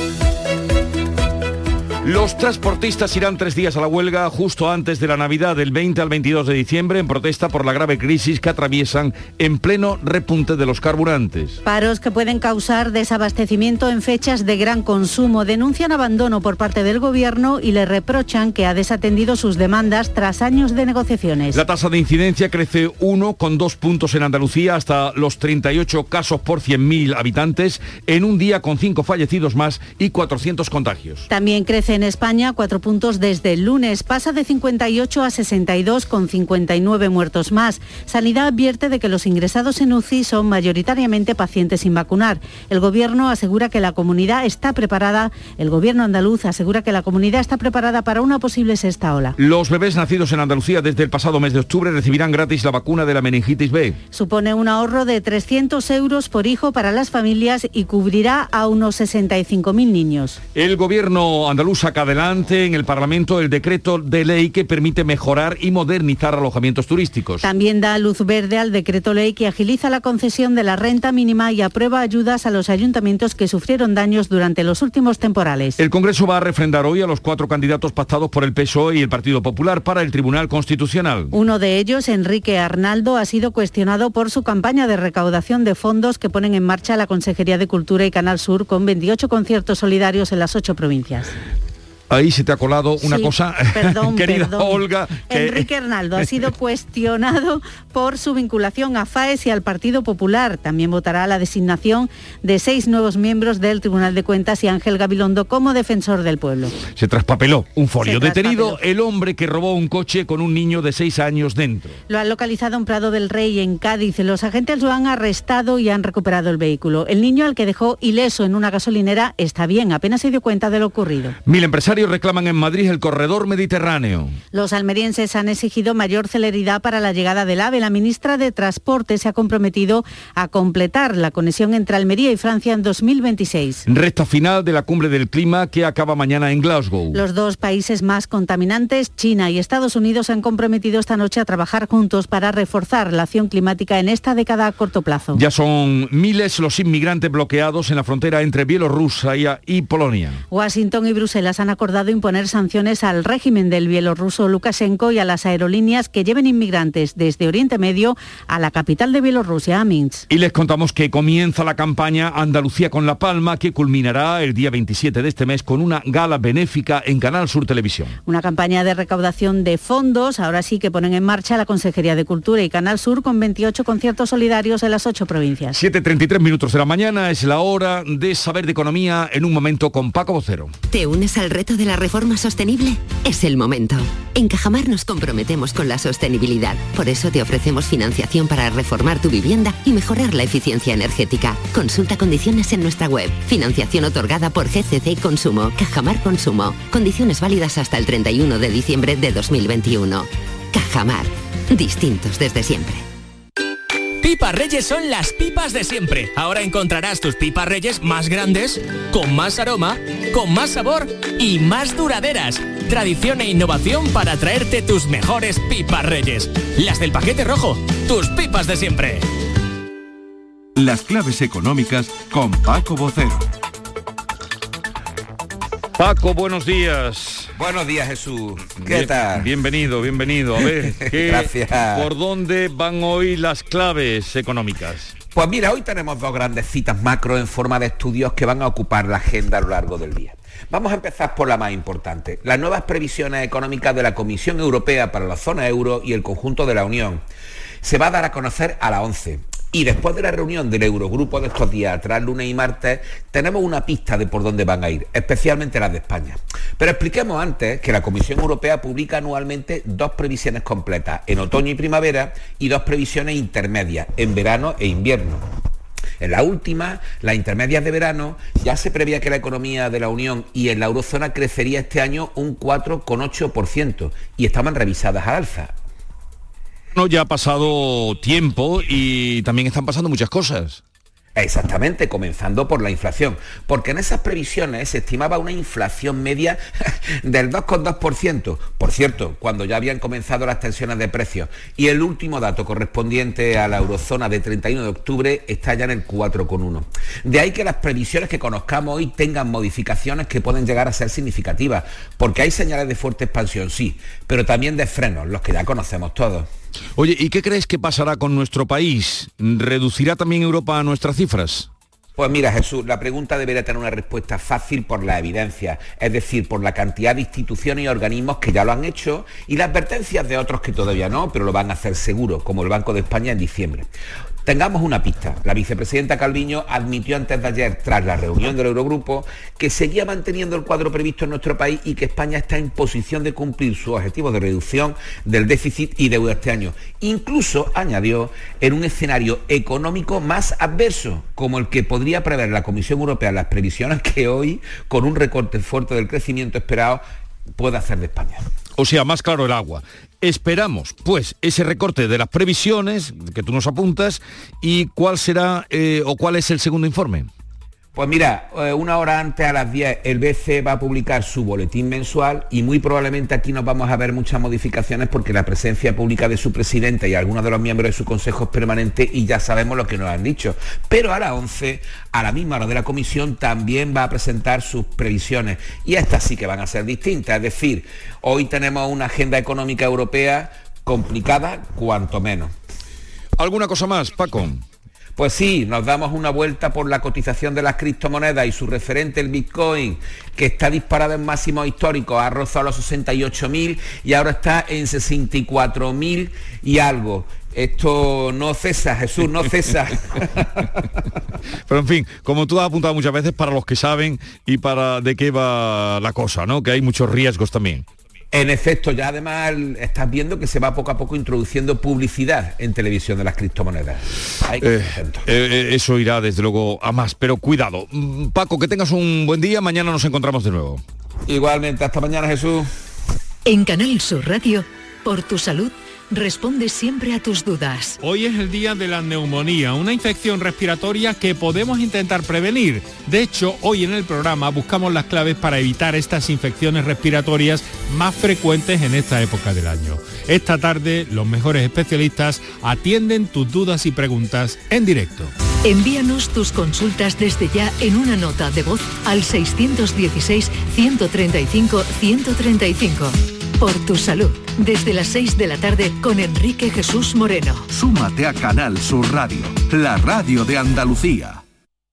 Los transportistas irán tres días a la huelga justo antes de la Navidad, del veinte al veintidós de diciembre, en protesta por la grave crisis que atraviesan en pleno repunte de los carburantes. Paros que pueden causar desabastecimiento en fechas de gran consumo. Denuncian abandono por parte del Gobierno y le reprochan que ha desatendido sus demandas tras años de negociaciones. La tasa de incidencia crece uno coma dos puntos en Andalucía hasta los treinta y ocho casos por cien mil habitantes, en un día con cinco fallecidos más y cuatrocientos contagios. También crece en España cuatro puntos desde el lunes. Pasa de cincuenta y ocho a sesenta y dos con cincuenta y nueve muertos más. Sanidad advierte de que los ingresados en U C I son mayoritariamente pacientes sin vacunar. El Gobierno asegura que la comunidad está preparada, el Gobierno andaluz asegura que la comunidad está preparada para una posible sexta ola. Los bebés nacidos en Andalucía desde el pasado mes de octubre recibirán gratis la vacuna de la meningitis B. Supone un ahorro de trescientos euros por hijo para las familias y cubrirá a unos sesenta y cinco mil niños. El Gobierno andaluz saca adelante en el Parlamento el decreto de ley que permite mejorar y modernizar alojamientos turísticos. También da luz verde al decreto ley que agiliza la concesión de la renta mínima y aprueba ayudas a los ayuntamientos que sufrieron daños durante los últimos temporales. El Congreso va a refrendar hoy a los cuatro candidatos pactados por el P S O E y el Partido Popular para el Tribunal Constitucional. Uno de ellos, Enrique Arnaldo, ha sido cuestionado por su campaña de recaudación de fondos que ponen en marcha la Consejería de Cultura y Canal Sur con veintiocho conciertos solidarios en las ocho provincias. Ahí se te ha colado una sí, cosa, perdón, querida perdón. Olga. Que... Enrique Arnaldo ha sido cuestionado por su vinculación a FAES y al Partido Popular. También votará la designación de seis nuevos miembros del Tribunal de Cuentas y Ángel Gabilondo como defensor del pueblo. Se traspapeló un folio. Se Detenido traspapeló. el hombre que robó un coche con un niño de seis años dentro. Lo han localizado en Prado del Rey, en Cádiz. Los agentes lo han arrestado y han recuperado el vehículo. El niño, al que dejó ileso en una gasolinera, está bien, apenas se dio cuenta de lo ocurrido. Mil empresarios reclaman en Madrid el corredor mediterráneo. Los almerienses han exigido mayor celeridad para la llegada del AVE. La ministra de Transporte se ha comprometido a completar la conexión entre Almería y Francia en dos mil veintiséis. Recta final de la cumbre del clima que acaba mañana en Glasgow. Los dos países más contaminantes, China y Estados Unidos, se han comprometido esta noche a trabajar juntos para reforzar la acción climática en esta década a corto plazo. Ya son miles los inmigrantes bloqueados en la frontera entre Bielorrusia y Polonia. Washington y Bruselas han acordado imponer sanciones al régimen del bielorruso Lukashenko y a las aerolíneas que lleven inmigrantes desde Oriente Medio a la capital de Bielorrusia, a Minsk. Y les contamos que comienza la campaña Andalucía con La Palma, que culminará el día veintisiete de este mes con una gala benéfica en Canal Sur Televisión. Una campaña de recaudación de fondos, ahora sí que ponen en marcha la Consejería de Cultura y Canal Sur con veintiocho conciertos solidarios en las ocho provincias. siete y treinta y tres minutos de la mañana, es la hora de saber de economía en un momento con Paco Vocero. ¿Te unes al reto de la reforma sostenible? Es el momento. En Cajamar nos comprometemos con la sostenibilidad. Por eso te ofrecemos financiación para reformar tu vivienda y mejorar la eficiencia energética. Consulta condiciones en nuestra web. Financiación otorgada por G C C Consumo. Cajamar Consumo. Condiciones válidas hasta el treinta y uno de diciembre de dos mil veintiuno. Cajamar. Distintos desde siempre. Pipas Reyes son las pipas de siempre. Ahora encontrarás tus pipas Reyes más grandes, con más aroma, con más sabor y más duraderas. Tradición e innovación para traerte tus mejores pipas Reyes. Las del paquete rojo, tus pipas de siempre. Las claves económicas con Paco Vocero. Paco, buenos días. Buenos días, Jesús. ¿Qué Bien, tal? Bienvenido, bienvenido. A ver, ¿qué, Gracias. ¿por dónde van hoy las claves económicas? Pues mira, hoy tenemos dos grandes citas macro en forma de estudios que van a ocupar la agenda a lo largo del día. Vamos a empezar por la más importante, las nuevas previsiones económicas de la Comisión Europea para la zona euro y el conjunto de la Unión. Se va a dar a conocer a las once. Y después de la reunión del Eurogrupo de estos días, tras lunes y martes, tenemos una pista de por dónde van a ir, especialmente las de España. Pero expliquemos antes que la Comisión Europea publica anualmente dos previsiones completas, en otoño y primavera, y dos previsiones intermedias, en verano e invierno. En la última, las intermedias de verano, ya se preveía que la economía de la Unión y en la eurozona crecería este año un cuatro coma ocho por ciento y estaban revisadas al alza. No, ya ha pasado tiempo y también están pasando muchas cosas. Exactamente, comenzando por la inflación, porque en esas previsiones se estimaba una inflación media del dos coma dos por ciento, por cierto, cuando ya habían comenzado las tensiones de precios, y el último dato correspondiente a la eurozona de treinta y uno de octubre está ya en el cuatro coma uno. De ahí que las previsiones que conozcamos hoy tengan modificaciones que pueden llegar a ser significativas, porque hay señales de fuerte expansión, sí, pero también de frenos, los que ya conocemos todos. Oye, ¿y qué crees que pasará con nuestro país? ¿Reducirá también Europa nuestras cifras? Pues mira, Jesús, la pregunta debería tener una respuesta fácil por la evidencia, es decir, por la cantidad de instituciones y organismos que ya lo han hecho y las advertencias de otros que todavía no, pero lo van a hacer seguro, como el Banco de España en diciembre. Tengamos una pista. La vicepresidenta Calviño admitió antes de ayer, tras la reunión del Eurogrupo, que seguía manteniendo el cuadro previsto en nuestro país y que España está en posición de cumplir sus objetivos de reducción del déficit y deuda este año. Incluso, añadió, en un escenario económico más adverso, como el que podría prever la Comisión Europea en las previsiones que hoy, con un recorte fuerte del crecimiento esperado, puede hacer de España. O sea, más claro el agua. Esperamos, pues, ese recorte de las previsiones que tú nos apuntas y cuál será eh, o cuál es el segundo informe. Pues mira, una hora antes, a las diez, el B C E va a publicar su boletín mensual y muy probablemente aquí nos vamos a ver muchas modificaciones porque la presencia pública de su presidente y algunos de los miembros de su consejo es permanente y ya sabemos lo que nos han dicho. Pero a las once, a la misma hora de la comisión, también va a presentar sus previsiones y estas sí que van a ser distintas. Es decir, hoy tenemos una agenda económica europea complicada, cuanto menos. ¿Alguna cosa más, Paco? Pues sí, nos damos una vuelta por la cotización de las criptomonedas y su referente, el Bitcoin, que está disparado en máximos históricos, ha rozado los sesenta y ocho mil y ahora está en sesenta y cuatro mil y algo. Esto no cesa, Jesús, no cesa. Pero en fin, como tú has apuntado muchas veces, para los que saben y para de qué va la cosa, ¿no? Que hay muchos riesgos también. En efecto, ya además estás viendo que se va poco a poco introduciendo publicidad en televisión de las criptomonedas. Hay que eh, eh, eso irá desde luego a más, pero cuidado. Paco, que tengas un buen día, mañana nos encontramos de nuevo. Igualmente, hasta mañana, Jesús. En Canal Sur Radio, por tu salud, responde siempre a tus dudas. Hoy es el día de la neumonía, una infección respiratoria que podemos intentar prevenir. De hecho, hoy en el programa buscamos las claves para evitar estas infecciones respiratorias más frecuentes en esta época del año. Esta tarde, los mejores especialistas atienden tus dudas y preguntas en directo. Envíanos tus consultas desde ya en una nota de voz al seiscientos dieciséis, ciento treinta y cinco, ciento treinta y cinco. Por tu salud, desde las seis de la tarde con Enrique Jesús Moreno. Súmate a Canal Sur Radio, la radio de Andalucía.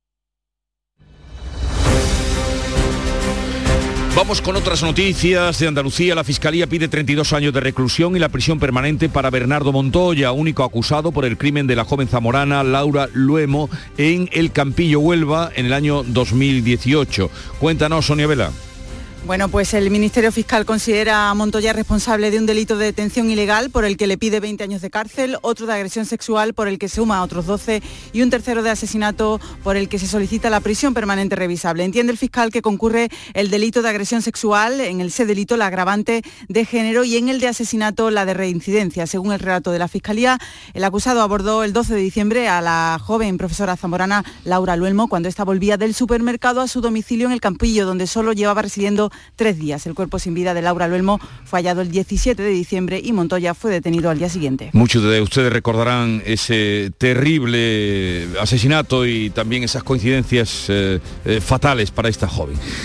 Vamos con otras noticias de Andalucía. La Fiscalía pide treinta y dos años de reclusión y la prisión permanente para Bernardo Montoya, único acusado por el crimen de la joven zamorana Laura Luemo en El Campillo, Huelva, en el año dos mil dieciocho. Cuéntanos, Sonia Vela. Bueno, pues el Ministerio Fiscal considera a Montoya responsable de un delito de detención ilegal por el que le pide veinte años de cárcel, otro de agresión sexual por el que suma otros doce y un tercero de asesinato por el que se solicita la prisión permanente revisable. Entiende el fiscal que concurre el delito de agresión sexual, en el C delito la agravante de género y en el de asesinato la de reincidencia. Según el relato de la Fiscalía, el acusado abordó el doce de diciembre a la joven profesora zamorana Laura Luelmo cuando ésta volvía del supermercado a su domicilio en El Campillo, donde solo llevaba residiendo tres días. El cuerpo sin vida de Laura Luelmo fue hallado el diecisiete de diciembre y Montoya fue detenido al día siguiente. Muchos de ustedes recordarán ese terrible asesinato y también esas coincidencias eh, eh, fatales para esta joven.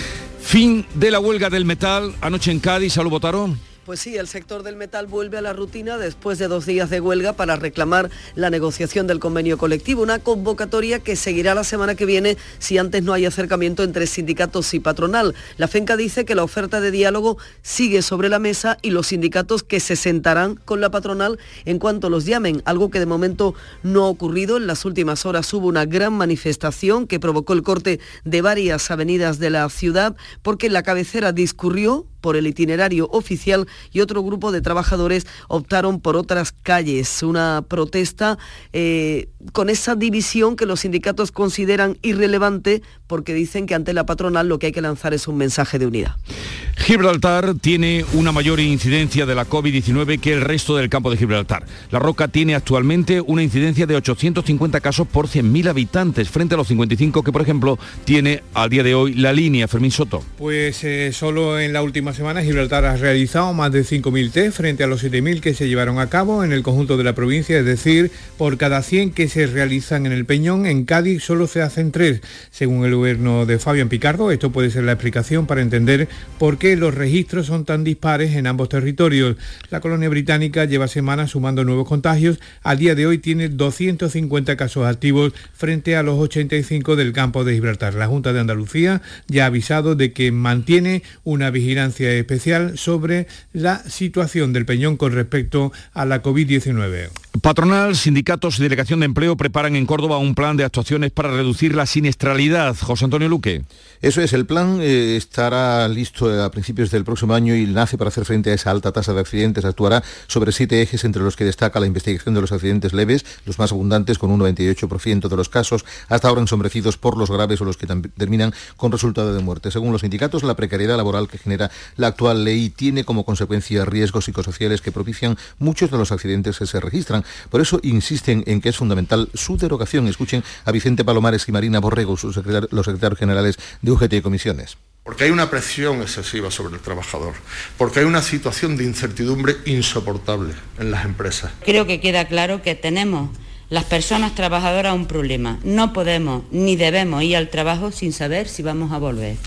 Fin de la huelga del metal anoche en Cádiz. Salud, Botaro. Pues sí, el sector del metal vuelve a la rutina después de dos días de huelga para reclamar la negociación del convenio colectivo, una convocatoria que seguirá la semana que viene si antes no hay acercamiento entre sindicatos y patronal. La FENCA dice que la oferta de diálogo sigue sobre la mesa y los sindicatos que se sentarán con la patronal en cuanto los llamen, algo que de momento no ha ocurrido. En las últimas horas hubo una gran manifestación que provocó el corte de varias avenidas de la ciudad porque la cabecera discurrió por el itinerario oficial y otro grupo de trabajadores optaron por otras calles. Una protesta eh, con esa división que los sindicatos consideran irrelevante porque dicen que ante la patronal lo que hay que lanzar es un mensaje de unidad. Gibraltar tiene una mayor incidencia de la COVID diecinueve que el resto del campo de Gibraltar. La Roca tiene actualmente una incidencia de ochocientos cincuenta casos por cien mil habitantes, frente a los cincuenta y cinco que, por ejemplo, tiene al día de hoy La Línea. Fermín Soto. Pues eh, solo en la última semana Gibraltar ha realizado más de cinco mil test frente a los siete mil que se llevaron a cabo en el conjunto de la provincia, es decir, por cada cien que se realizan en el Peñón, en Cádiz solo se hacen tres. Según el gobierno de Fabián Picardo, esto puede ser la explicación para entender por qué los registros son tan dispares en ambos territorios. La colonia británica lleva semanas sumando nuevos contagios. Al día de hoy tiene doscientos cincuenta casos activos frente a los ochenta y cinco del campo de Gibraltar. La Junta de Andalucía ya ha avisado de que mantiene una vigilancia especial sobre la situación del Peñón con respecto a la COVID diecinueve. Patronal, sindicatos y Delegación de Empleo preparan en Córdoba un plan de actuaciones para reducir la siniestralidad. José Antonio Luque. Eso es, el plan eh, estará listo a principios del próximo año y nace para hacer frente a esa alta tasa de accidentes. Actuará sobre siete ejes, entre los que destaca la investigación de los accidentes leves, los más abundantes con un noventa y ocho por ciento de los casos, hasta ahora ensombrecidos por los graves o los que terminan con resultado de muerte. Según los sindicatos, la precariedad laboral que genera la actual ley tiene como consecuencia riesgos psicosociales que propician muchos de los accidentes que se registran. Por eso insisten en que es fundamental su derogación. Escuchen a Vicente Palomares y Marina Borrego, sus secretar- los secretarios generales de U G T y Comisiones. Porque hay una presión excesiva sobre el trabajador, porque hay una situación de incertidumbre insoportable en las empresas. Creo que queda claro que tenemos las personas trabajadoras un problema. No podemos ni debemos ir al trabajo sin saber si vamos a volver.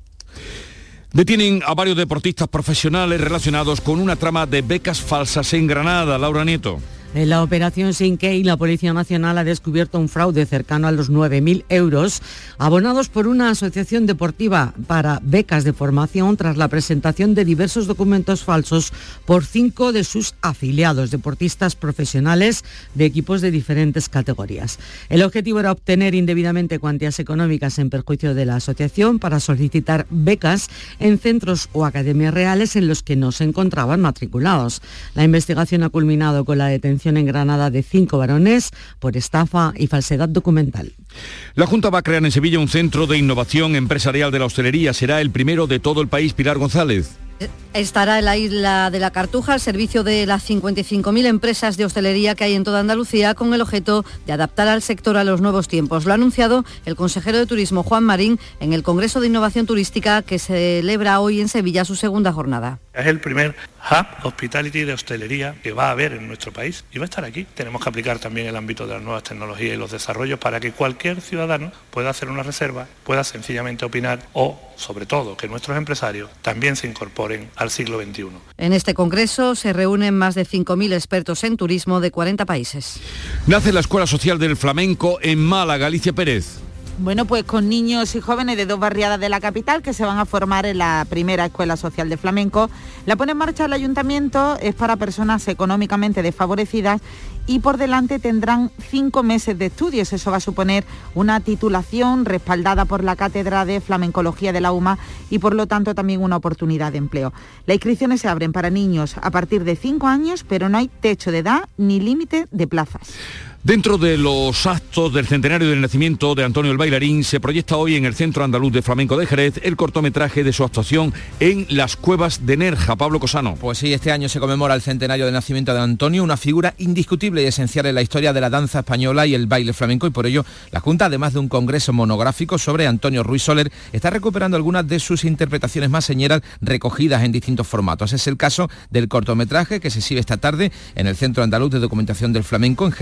Detienen a varios deportistas profesionales relacionados con una trama de becas falsas en Granada. Laura Nieto. En la operación Sinkei, la Policía Nacional ha descubierto un fraude cercano a los nueve mil euros abonados por una asociación deportiva para becas de formación tras la presentación de diversos documentos falsos por cinco de sus afiliados, deportistas profesionales de equipos de diferentes categorías. El objetivo era obtener indebidamente cuantías económicas en perjuicio de la asociación para solicitar becas en centros o academias reales en los que no se encontraban matriculados. La investigación ha culminado con la detención en Granada de cinco varones por estafa y falsedad documental. La Junta va a crear en Sevilla un centro de innovación empresarial de la hostelería. Será el primero de todo el país. Pilar González. Estará en la isla de la Cartuja al servicio de las cincuenta y cinco mil empresas de hostelería que hay en toda Andalucía, con el objeto de adaptar al sector a los nuevos tiempos. Lo ha anunciado el consejero de Turismo, Juan Marín, en el Congreso de Innovación Turística que celebra hoy en Sevilla su segunda jornada. Es el primer hub hospitality de hostelería que va a haber en nuestro país y va a estar aquí. Tenemos que aplicar también el ámbito de las nuevas tecnologías y los desarrollos para que cualquier ciudadano pueda hacer una reserva, pueda sencillamente opinar o, sobre todo, que nuestros empresarios también se incorporen al siglo veintiuno. En este congreso se reúnen más de cinco mil expertos en turismo de cuarenta países. Nace la Escuela Social del Flamenco en Málaga. Alicia Pérez. Bueno, pues con niños y jóvenes de dos barriadas de la capital que se van a formar en la primera Escuela Social de Flamenco. La pone en marcha el ayuntamiento, es para personas económicamente desfavorecidas y por delante tendrán cinco meses de estudios. Eso va a suponer una titulación respaldada por la Cátedra de Flamencología de la UMA y por lo tanto también una oportunidad de empleo. Las inscripciones se abren para niños a partir de cinco años, pero no hay techo de edad ni límite de plazas. Dentro de los actos del centenario del nacimiento de Antonio el Bailarín, se proyecta hoy en el Centro Andaluz de Flamenco de Jerez el cortometraje de su actuación en Las Cuevas de Nerja. Pablo Cosano. Pues sí, este año se conmemora el centenario del nacimiento de Antonio, una figura indiscutible y esencial en la historia de la danza española y el baile flamenco, y por ello la Junta, además de un congreso monográfico sobre Antonio Ruiz Soler, está recuperando algunas de sus interpretaciones más señeras recogidas en distintos formatos. Es el caso del cortometraje que se exhibe esta tarde en el Centro Andaluz de Documentación del Flamenco en Jerez, que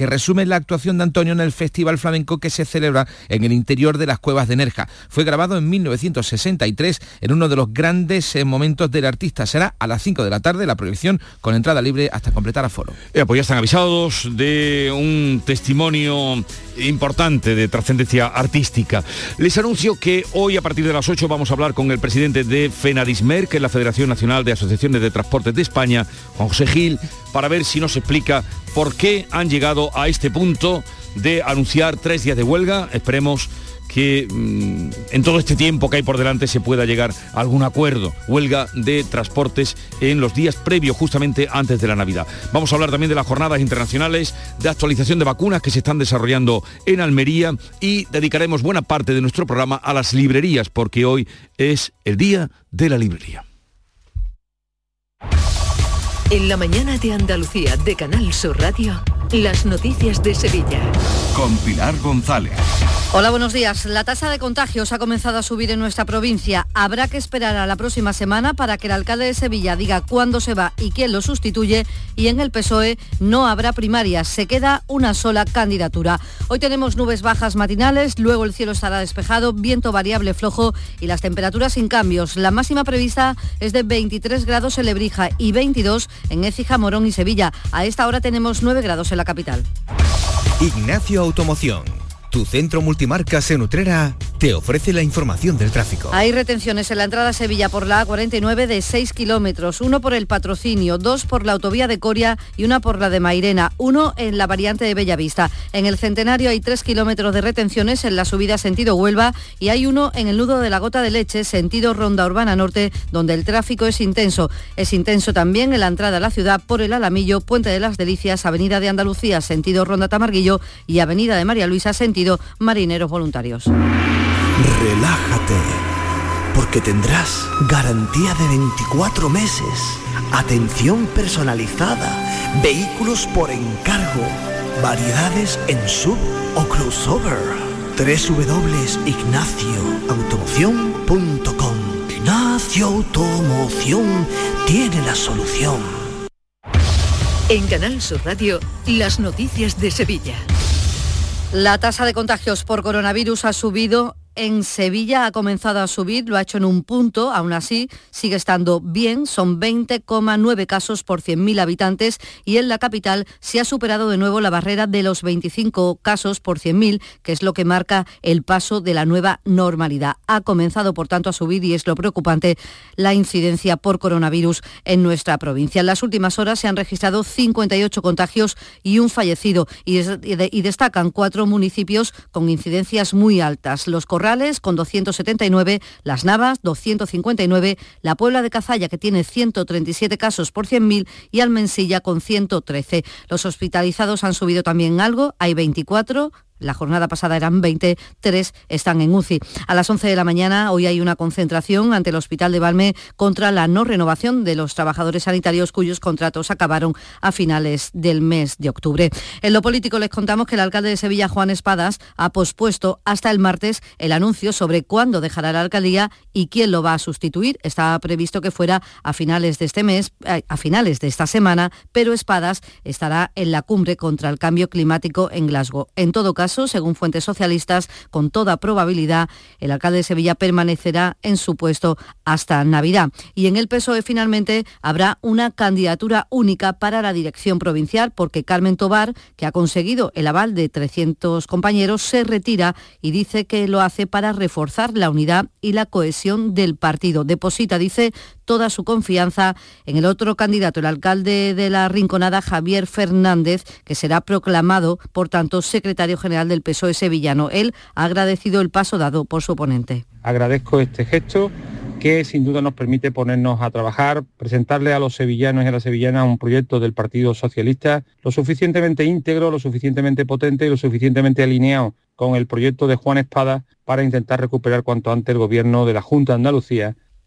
que resume la actuación de Antonio en el Festival Flamenco que se celebra en el interior de las cuevas de Nerja. Fue grabado en mil novecientos sesenta y tres en uno de los grandes eh, momentos del artista. Será a las cinco de la tarde la proyección con entrada libre hasta completar aforo. Eh, pues ya están avisados de un testimonio importante de trascendencia artística. Les anuncio que hoy a partir de las ocho vamos a hablar con el presidente de FENADISMER, que es la Federación Nacional de Asociaciones de Transportes de España, Juan José Gil, para ver si nos explica por qué han llegado a este punto de anunciar tres días de huelga. Esperemos que mmm, en todo este tiempo que hay por delante se pueda llegar a algún acuerdo. Huelga de transportes en los días previos, justamente antes de la Navidad. Vamos a hablar también de las jornadas internacionales de actualización de vacunas que se están desarrollando en Almería y dedicaremos buena parte de nuestro programa a las librerías, porque hoy es el Día de la Librería. En la mañana de Andalucía de Canal Sur Radio, las noticias de Sevilla. Con Pilar González. Hola, buenos días. La tasa de contagios ha comenzado a subir en nuestra provincia. Habrá que esperar a la próxima semana para que el alcalde de Sevilla diga cuándo se va y quién lo sustituye. Y en el P S O E no habrá primarias, se queda una sola candidatura. Hoy tenemos nubes bajas matinales, luego el cielo estará despejado, viento variable flojo y las temperaturas sin cambios. La máxima prevista es de veintitrés grados en Lebrija y veintidós en Écija, Morón y Sevilla. A esta hora tenemos nueve grados en la capital. Ignacio Automoción, tu centro multimarcas en Utrera, te ofrece la información del tráfico. Hay retenciones en la entrada a Sevilla por la A cuarenta y nueve de seis kilómetros, uno por el Patrocinio, dos por la autovía de Coria y una por la de Mairena, uno en la variante de Bellavista. En el Centenario hay tres kilómetros de retenciones en la subida sentido Huelva y hay uno en el nudo de la Gota de Leche, sentido Ronda Urbana Norte, donde el tráfico es intenso. Es intenso también en la entrada a la ciudad por el Alamillo, Puente de las Delicias, Avenida de Andalucía, sentido Ronda Tamarguillo y Avenida de María Luisa, sentido Marineros Voluntarios. Relájate, porque tendrás garantía de veinticuatro meses, atención personalizada, vehículos por encargo, variedades en sub o crossover. doble u doble u doble u punto ignacio automoción punto com. Ignacio Automoción tiene la solución. En Canal Sur Radio, las noticias de Sevilla. La tasa de contagios por coronavirus ha subido. En Sevilla ha comenzado a subir, lo ha hecho en un punto, aún así sigue estando bien, son veinte coma nueve casos por cien mil habitantes y en la capital se ha superado de nuevo la barrera de los veinticinco casos por cien mil, que es lo que marca el paso de la nueva normalidad. Ha comenzado, por tanto, a subir y es lo preocupante la incidencia por coronavirus en nuestra provincia. En las últimas horas se han registrado cincuenta y ocho contagios y un fallecido y, des- y destacan cuatro municipios con incidencias muy altas. Los con doscientos setenta y nueve, Las Navas doscientos cincuenta y nueve, la Puebla de Cazalla que tiene ciento treinta y siete casos por cien mil y Almensilla con ciento trece. Los hospitalizados han subido también algo, hay veinticuatro. La jornada pasada eran veinte, tres están en U C I. A las once de la mañana hoy hay una concentración ante el Hospital de Valme contra la no renovación de los trabajadores sanitarios cuyos contratos acabaron a finales del mes de octubre. En lo político les contamos que el alcalde de Sevilla, Juan Espadas, ha pospuesto hasta el martes el anuncio sobre cuándo dejará la alcaldía y quién lo va a sustituir. Estaba previsto que fuera a finales de este mes, a finales de esta semana, pero Espadas estará en la cumbre contra el cambio climático en Glasgow. En todo caso, según fuentes socialistas, con toda probabilidad, el alcalde de Sevilla permanecerá en su puesto hasta Navidad. Y en el P S O E finalmente habrá una candidatura única para la dirección provincial, porque Carmen Tobar, que ha conseguido el aval de trescientos compañeros, se retira y dice que lo hace para reforzar la unidad y la cohesión del partido. Deposita, dice, toda su confianza en el otro candidato, el alcalde de la Rinconada, Javier Fernández, que será proclamado, por tanto, secretario general del P S O E sevillano. Él ha agradecido el paso dado por su oponente. Agradezco este gesto que sin duda nos permite ponernos a trabajar, presentarle a los sevillanos y a las sevillanas un proyecto del Partido Socialista lo suficientemente íntegro, lo suficientemente potente y lo suficientemente alineado con el proyecto de Juan Espadas para intentar recuperar cuanto antes el gobierno de la Junta de Andalucía.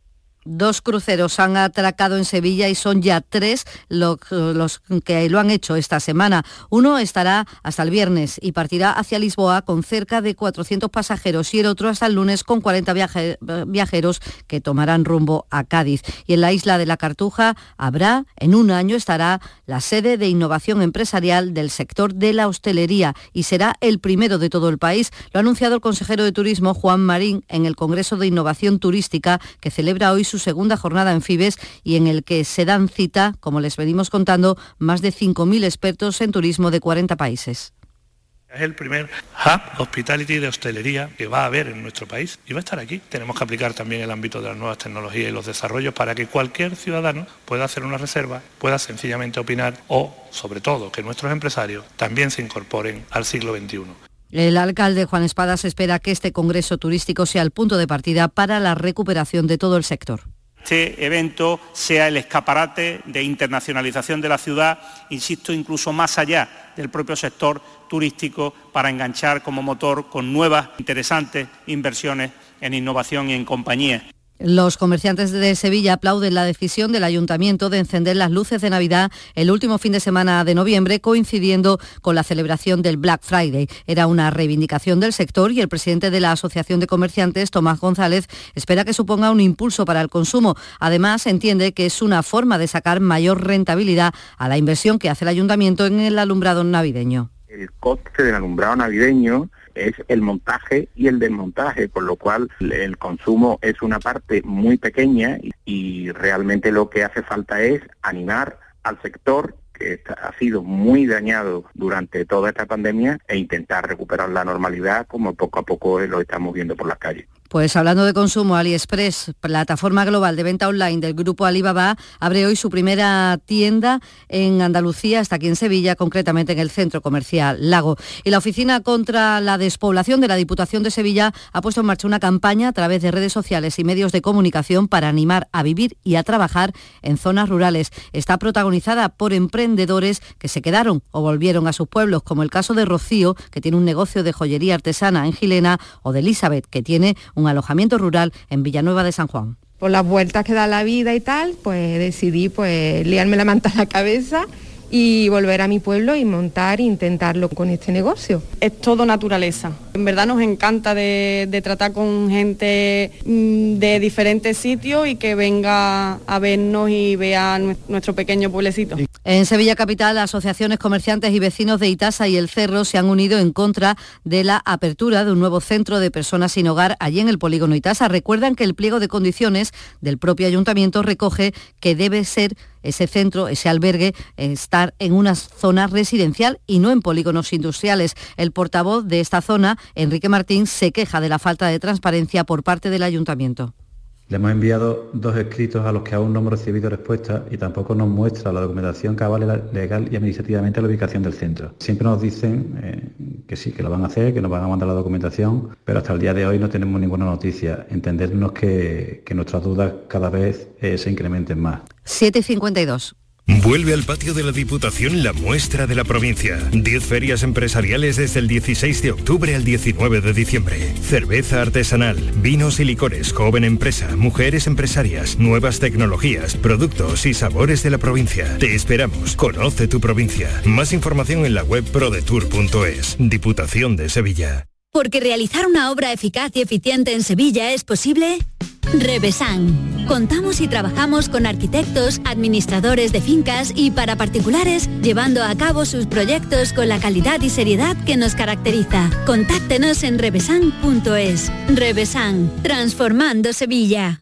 Dos cruceros han atracado en Sevilla y son ya tres los, los que lo han hecho esta semana. Uno estará hasta el viernes y partirá hacia Lisboa con cerca de cuatrocientos pasajeros y el otro hasta el lunes con cuarenta viaje, viajeros que tomarán rumbo a Cádiz. Y en la isla de la Cartuja habrá, en un año estará la sede de innovación empresarial del sector de la hostelería y será el primero de todo el país. Lo ha anunciado el consejero de Turismo, Juan Marín, en el Congreso de Innovación Turística que celebra hoy su segunda jornada en Fibes y en el que se dan cita, como les venimos contando, más de cinco mil expertos en turismo de cuarenta países. Es el primer hub hospitality de hostelería que va a haber en nuestro país y va a estar aquí. Tenemos que aplicar también el ámbito de las nuevas tecnologías y los desarrollos para que cualquier ciudadano pueda hacer una reserva, pueda sencillamente opinar o, sobre todo, que nuestros empresarios también se incorporen al siglo veintiuno. El alcalde Juan Espadas espera que este congreso turístico sea el punto de partida para la recuperación de todo el sector. Este evento sea el escaparate de internacionalización de la ciudad, insisto, incluso más allá del propio sector turístico, para enganchar como motor con nuevas interesantes inversiones en innovación y en compañía. Los comerciantes de Sevilla aplauden la decisión del Ayuntamiento de encender las luces de Navidad el último fin de semana de noviembre, coincidiendo con la celebración del Black Friday. Era una reivindicación del sector y el presidente de la Asociación de Comerciantes, Tomás González, espera que suponga un impulso para el consumo. Además, entiende que es una forma de sacar mayor rentabilidad a la inversión que hace el Ayuntamiento en el alumbrado navideño. El coste del alumbrado navideño es el montaje y el desmontaje, por lo cual el consumo es una parte muy pequeña y, y realmente lo que hace falta es animar al sector que ha sido muy dañado durante toda esta pandemia e intentar recuperar la normalidad como poco a poco lo estamos viendo por las calles. Pues hablando de consumo, AliExpress, plataforma global de venta online del grupo Alibaba, abre hoy su primera tienda en Andalucía, hasta aquí en Sevilla, concretamente en el centro comercial Lago. Y la Oficina contra la Despoblación de la Diputación de Sevilla ha puesto en marcha una campaña a través de redes sociales y medios de comunicación para animar a vivir y a trabajar en zonas rurales. Está protagonizada por emprendedores que se quedaron o volvieron a sus pueblos, como el caso de Rocío, que tiene un negocio de joyería artesana en Gilena, o de Elizabeth, que tiene un alojamiento rural en Villanueva de San Juan. Por las vueltas que da la vida y tal, pues decidí pues liarme la manta a la cabeza y volver a mi pueblo y montar e intentarlo con este negocio. Es todo naturaleza. En verdad nos encanta de, de tratar con gente de diferentes sitios y que venga a vernos y vea nuestro pequeño pueblecito. En Sevilla Capital, asociaciones, comerciantes y vecinos de Itasa y El Cerro se han unido en contra de la apertura de un nuevo centro de personas sin hogar allí en el polígono Itasa. Recuerdan que el pliego de condiciones del propio ayuntamiento recoge que debe ser ese centro, ese albergue, estar en una zona residencial y no en polígonos industriales. El portavoz de esta zona, Enrique Martín, se queja de la falta de transparencia por parte del ayuntamiento. Le hemos enviado dos escritos a los que aún no hemos recibido respuesta y tampoco nos muestra la documentación que avale legal y administrativamente la ubicación del centro. Siempre nos dicen eh, que sí, que lo van a hacer, que nos van a mandar la documentación, pero hasta el día de hoy no tenemos ninguna noticia. Entendernos que, que nuestras dudas cada vez eh, se incrementen más. siete y cincuenta y dos. Vuelve al patio de la Diputación la muestra de la provincia. diez ferias empresariales desde el dieciséis de octubre al diecinueve de diciembre. Cerveza artesanal, vinos y licores, joven empresa, mujeres empresarias, nuevas tecnologías, productos y sabores de la provincia. Te esperamos. Conoce tu provincia. Más información en la web prodetour punto es. Diputación de Sevilla. Porque realizar una obra eficaz y eficiente en Sevilla es posible. Revesan. Contamos y trabajamos con arquitectos, administradores de fincas y para particulares, llevando a cabo sus proyectos con la calidad y seriedad que nos caracteriza. Contáctenos en revesan punto es. Revesan, transformando Sevilla.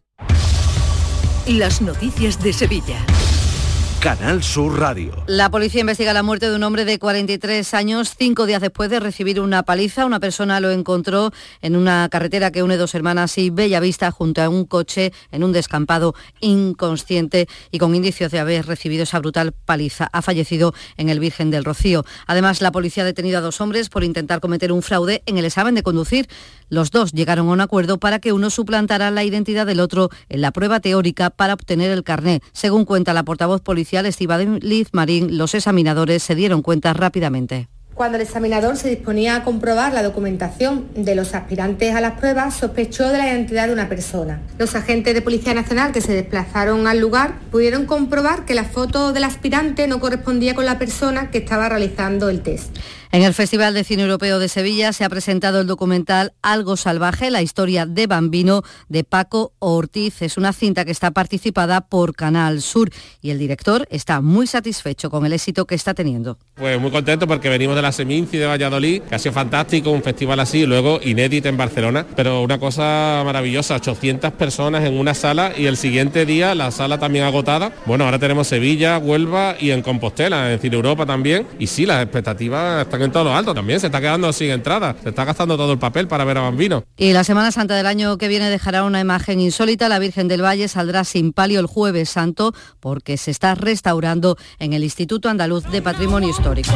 Las noticias de Sevilla. Canal Sur Radio. La policía investiga la muerte de un hombre de cuarenta y tres años, cinco días después de recibir una paliza. Una persona lo encontró en una carretera que une Dos Hermanas y Bellavista, junto a un coche en un descampado, inconsciente y con indicios de haber recibido esa brutal paliza. Ha fallecido en el Virgen del Rocío. Además, la policía ha detenido a dos hombres por intentar cometer un fraude en el examen de conducir. Los dos llegaron a un acuerdo para que uno suplantara la identidad del otro en la prueba teórica para obtener el carné. Según cuenta la portavoz policial Estíbaliz Marín, los examinadores se dieron cuenta rápidamente. Cuando el examinador se disponía a comprobar la documentación de los aspirantes a las pruebas, sospechó de la identidad de una persona. Los agentes de Policía Nacional que se desplazaron al lugar pudieron comprobar que la foto del aspirante no correspondía con la persona que estaba realizando el test. En el Festival de Cine Europeo de Sevilla se ha presentado el documental Algo Salvaje, la historia de Bambino, de Paco Ortiz. Es una cinta que está participada por Canal Sur y el director está muy satisfecho con el éxito que está teniendo. Pues muy contento porque venimos de la Seminci de Valladolid, que ha sido fantástico, un festival así, y luego inédito en Barcelona, pero una cosa maravillosa, ochocientas personas en una sala y el siguiente día la sala también agotada. Bueno, ahora tenemos Sevilla, Huelva y en Compostela, en Cine Europa también, y sí, las expectativas están en todo lo alto también, se está quedando sin entrada, se está gastando todo el papel para ver a Bambino. Y la Semana Santa del año que viene dejará una imagen insólita. La Virgen del Valle saldrá sin palio el Jueves Santo porque se está restaurando en el Instituto Andaluz de Patrimonio Histórico.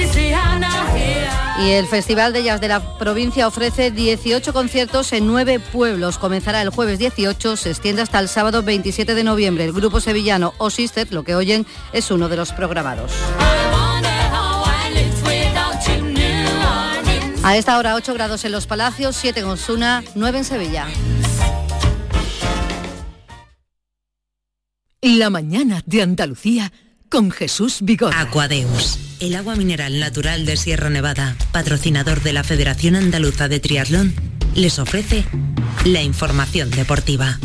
Y el Festival de Jazz de la provincia ofrece dieciocho conciertos en nueve pueblos. Comenzará el jueves dieciocho, se extiende hasta el sábado veintisiete de noviembre. El grupo sevillano O Sister, lo que oyen, es uno de los programados. A esta hora ocho grados en Los Palacios, siete en Osuna, nueve en Sevilla. La mañana de Andalucía con Jesús Vigorra. Aquadeus, el agua mineral natural de Sierra Nevada, patrocinador de la Federación Andaluza de Triatlón, les ofrece la información deportiva.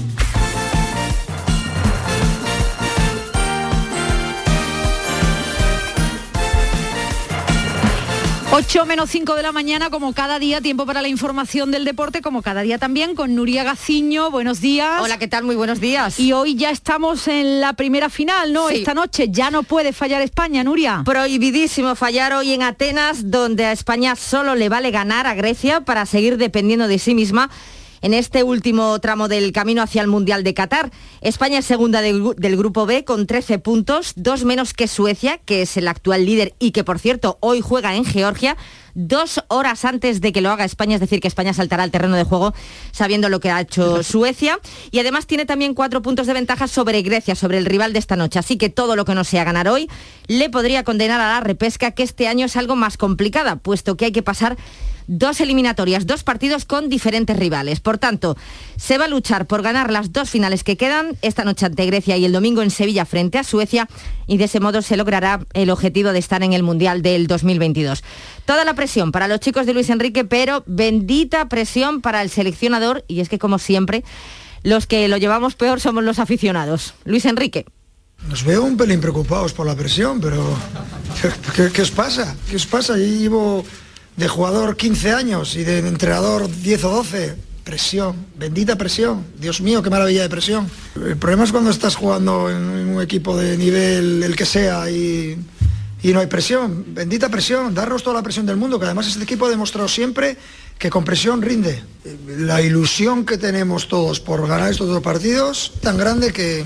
ocho menos cinco de la mañana, como cada día, tiempo para la información del deporte, como cada día también, con Nuria Gaciño. Buenos días. Hola, ¿qué tal? Muy buenos días. Y hoy ya estamos en la primera final, ¿no? Sí. Esta noche ya no puede fallar España, Nuria. Prohibidísimo fallar hoy en Atenas, donde a España solo le vale ganar a Grecia para seguir dependiendo de sí misma en este último tramo del camino hacia el Mundial de Qatar. España es segunda del, del Grupo B con trece puntos, dos menos que Suecia, que es el actual líder y que, por cierto, hoy juega en Georgia, dos horas antes de que lo haga España, es decir, que España saltará al terreno de juego sabiendo lo que ha hecho Suecia. Y además tiene también cuatro puntos de ventaja sobre Grecia, sobre el rival de esta noche. Así que todo lo que no sea ganar hoy le podría condenar a la repesca, que este año es algo más complicada, puesto que hay que pasar dos eliminatorias, dos partidos con diferentes rivales. Por tanto, se va a luchar por ganar las dos finales que quedan, esta noche ante Grecia y el domingo en Sevilla frente a Suecia, y de ese modo se logrará el objetivo de estar en el Mundial del dos mil veintidós. Toda la presión para los chicos de Luis Enrique, pero bendita presión para el seleccionador, y es que, como siempre, los que lo llevamos peor somos los aficionados. Luis Enrique. Nos veo un pelín preocupados por la presión, pero ¿qué, qué os pasa? ¿Qué os pasa? Yo llevo de jugador quince años y de entrenador diez o doce. Presión, bendita presión. Dios mío, qué maravilla de presión. El problema es cuando estás jugando en un equipo de nivel, el que sea, y, y no hay presión. Bendita presión, darnos toda la presión del mundo, que además este equipo ha demostrado siempre que con presión rinde. La ilusión que tenemos todos por ganar estos dos partidos, tan grande que,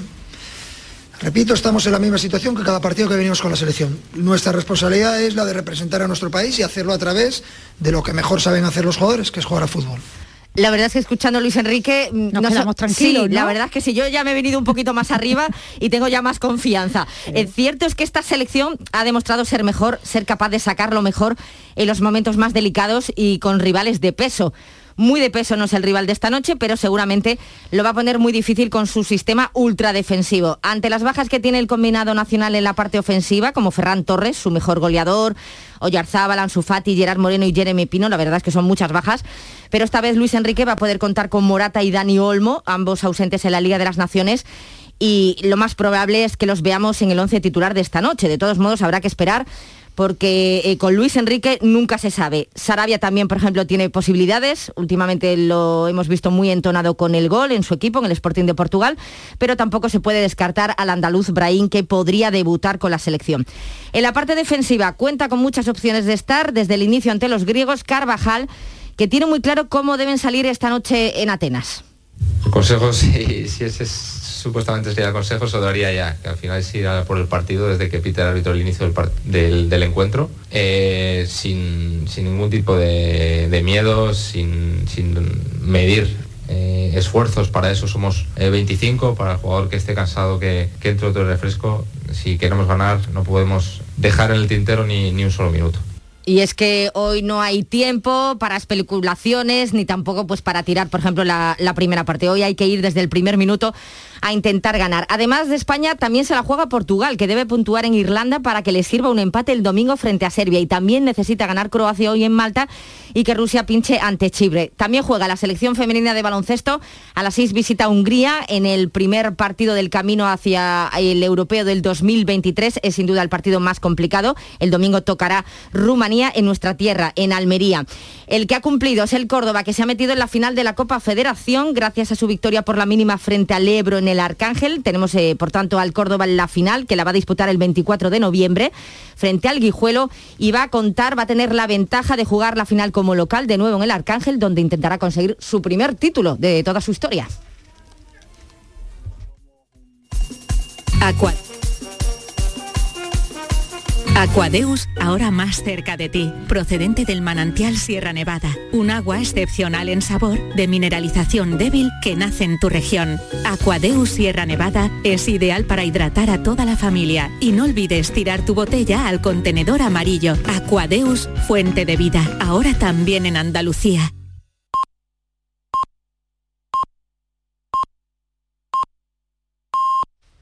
repito, estamos en la misma situación que cada partido que venimos con la selección. Nuestra responsabilidad es la de representar a nuestro país y hacerlo a través de lo que mejor saben hacer los jugadores, que es jugar a fútbol. La verdad es que escuchando a Luis Enrique nos quedamos tranquilos, sí, ¿no? La verdad es que sí, yo ya me he venido un poquito más arriba y tengo ya más confianza. Sí. El cierto es que esta selección ha demostrado ser mejor, ser capaz de sacar lo mejor en los momentos más delicados y con rivales de peso. Muy de peso no es el rival de esta noche, pero seguramente lo va a poner muy difícil con su sistema ultradefensivo. Ante las bajas que tiene el combinado nacional en la parte ofensiva, como Ferran Torres, su mejor goleador, Oyarzábal, Ansu Fati, Gerard Moreno y Jeremy Pino, la verdad es que son muchas bajas, pero esta vez Luis Enrique va a poder contar con Morata y Dani Olmo, ambos ausentes en la Liga de las Naciones, y lo más probable es que los veamos en el once titular de esta noche. De todos modos, habrá que esperar, porque eh, con Luis Enrique nunca se sabe. Sarabia también, por ejemplo, tiene posibilidades. Últimamente lo hemos visto muy entonado con el gol en su equipo, en el Sporting de Portugal, pero tampoco se puede descartar al andaluz Brahim, que podría debutar con la selección. En la parte defensiva cuenta con muchas opciones de estar desde el inicio ante los griegos. Carvajal, que tiene muy claro cómo deben salir esta noche en Atenas. Consejos, si, si ese es, supuestamente sería el consejo, se lo daría ya, que al final es ir a por el partido desde que pita el árbitro al inicio del, del, del encuentro, eh, sin, sin ningún tipo de, de miedo, sin, sin medir eh, esfuerzos. Para eso somos eh, veinticinco, para el jugador que esté cansado, que, que entre otro refresco. Si queremos ganar, no podemos dejar en el tintero ni, ni un solo minuto. Y es que hoy no hay tiempo para especulaciones ni tampoco pues para tirar, por ejemplo, la, la primera parte. Hoy hay que ir desde el primer minuto a intentar ganar. Además de España, también se la juega Portugal, que debe puntuar en Irlanda para que le sirva un empate el domingo frente a Serbia. Y también necesita ganar Croacia hoy en Malta y que Rusia pinche ante Chipre. También juega la selección femenina de baloncesto. A las seis visita Hungría en el primer partido del camino hacia el europeo del dos mil veintitrés. Es sin duda el partido más complicado. El domingo tocará Rumanía en nuestra tierra, en Almería. El que ha cumplido es el Córdoba, que se ha metido en la final de la Copa Federación gracias a su victoria por la mínima frente al Ebro en el Arcángel. Tenemos, eh, por tanto, al Córdoba en la final, que la va a disputar el veinticuatro de noviembre, frente al Guijuelo, y va a contar, va a tener la ventaja de jugar la final como local, de nuevo en el Arcángel, donde intentará conseguir su primer título de toda su historia. Aqua. Aquadeus, ahora más cerca de ti, procedente del manantial Sierra Nevada, un agua excepcional en sabor, de mineralización débil que nace en tu región. Aquadeus Sierra Nevada es ideal para hidratar a toda la familia y no olvides tirar tu botella al contenedor amarillo. Aquadeus, fuente de vida, ahora también en Andalucía.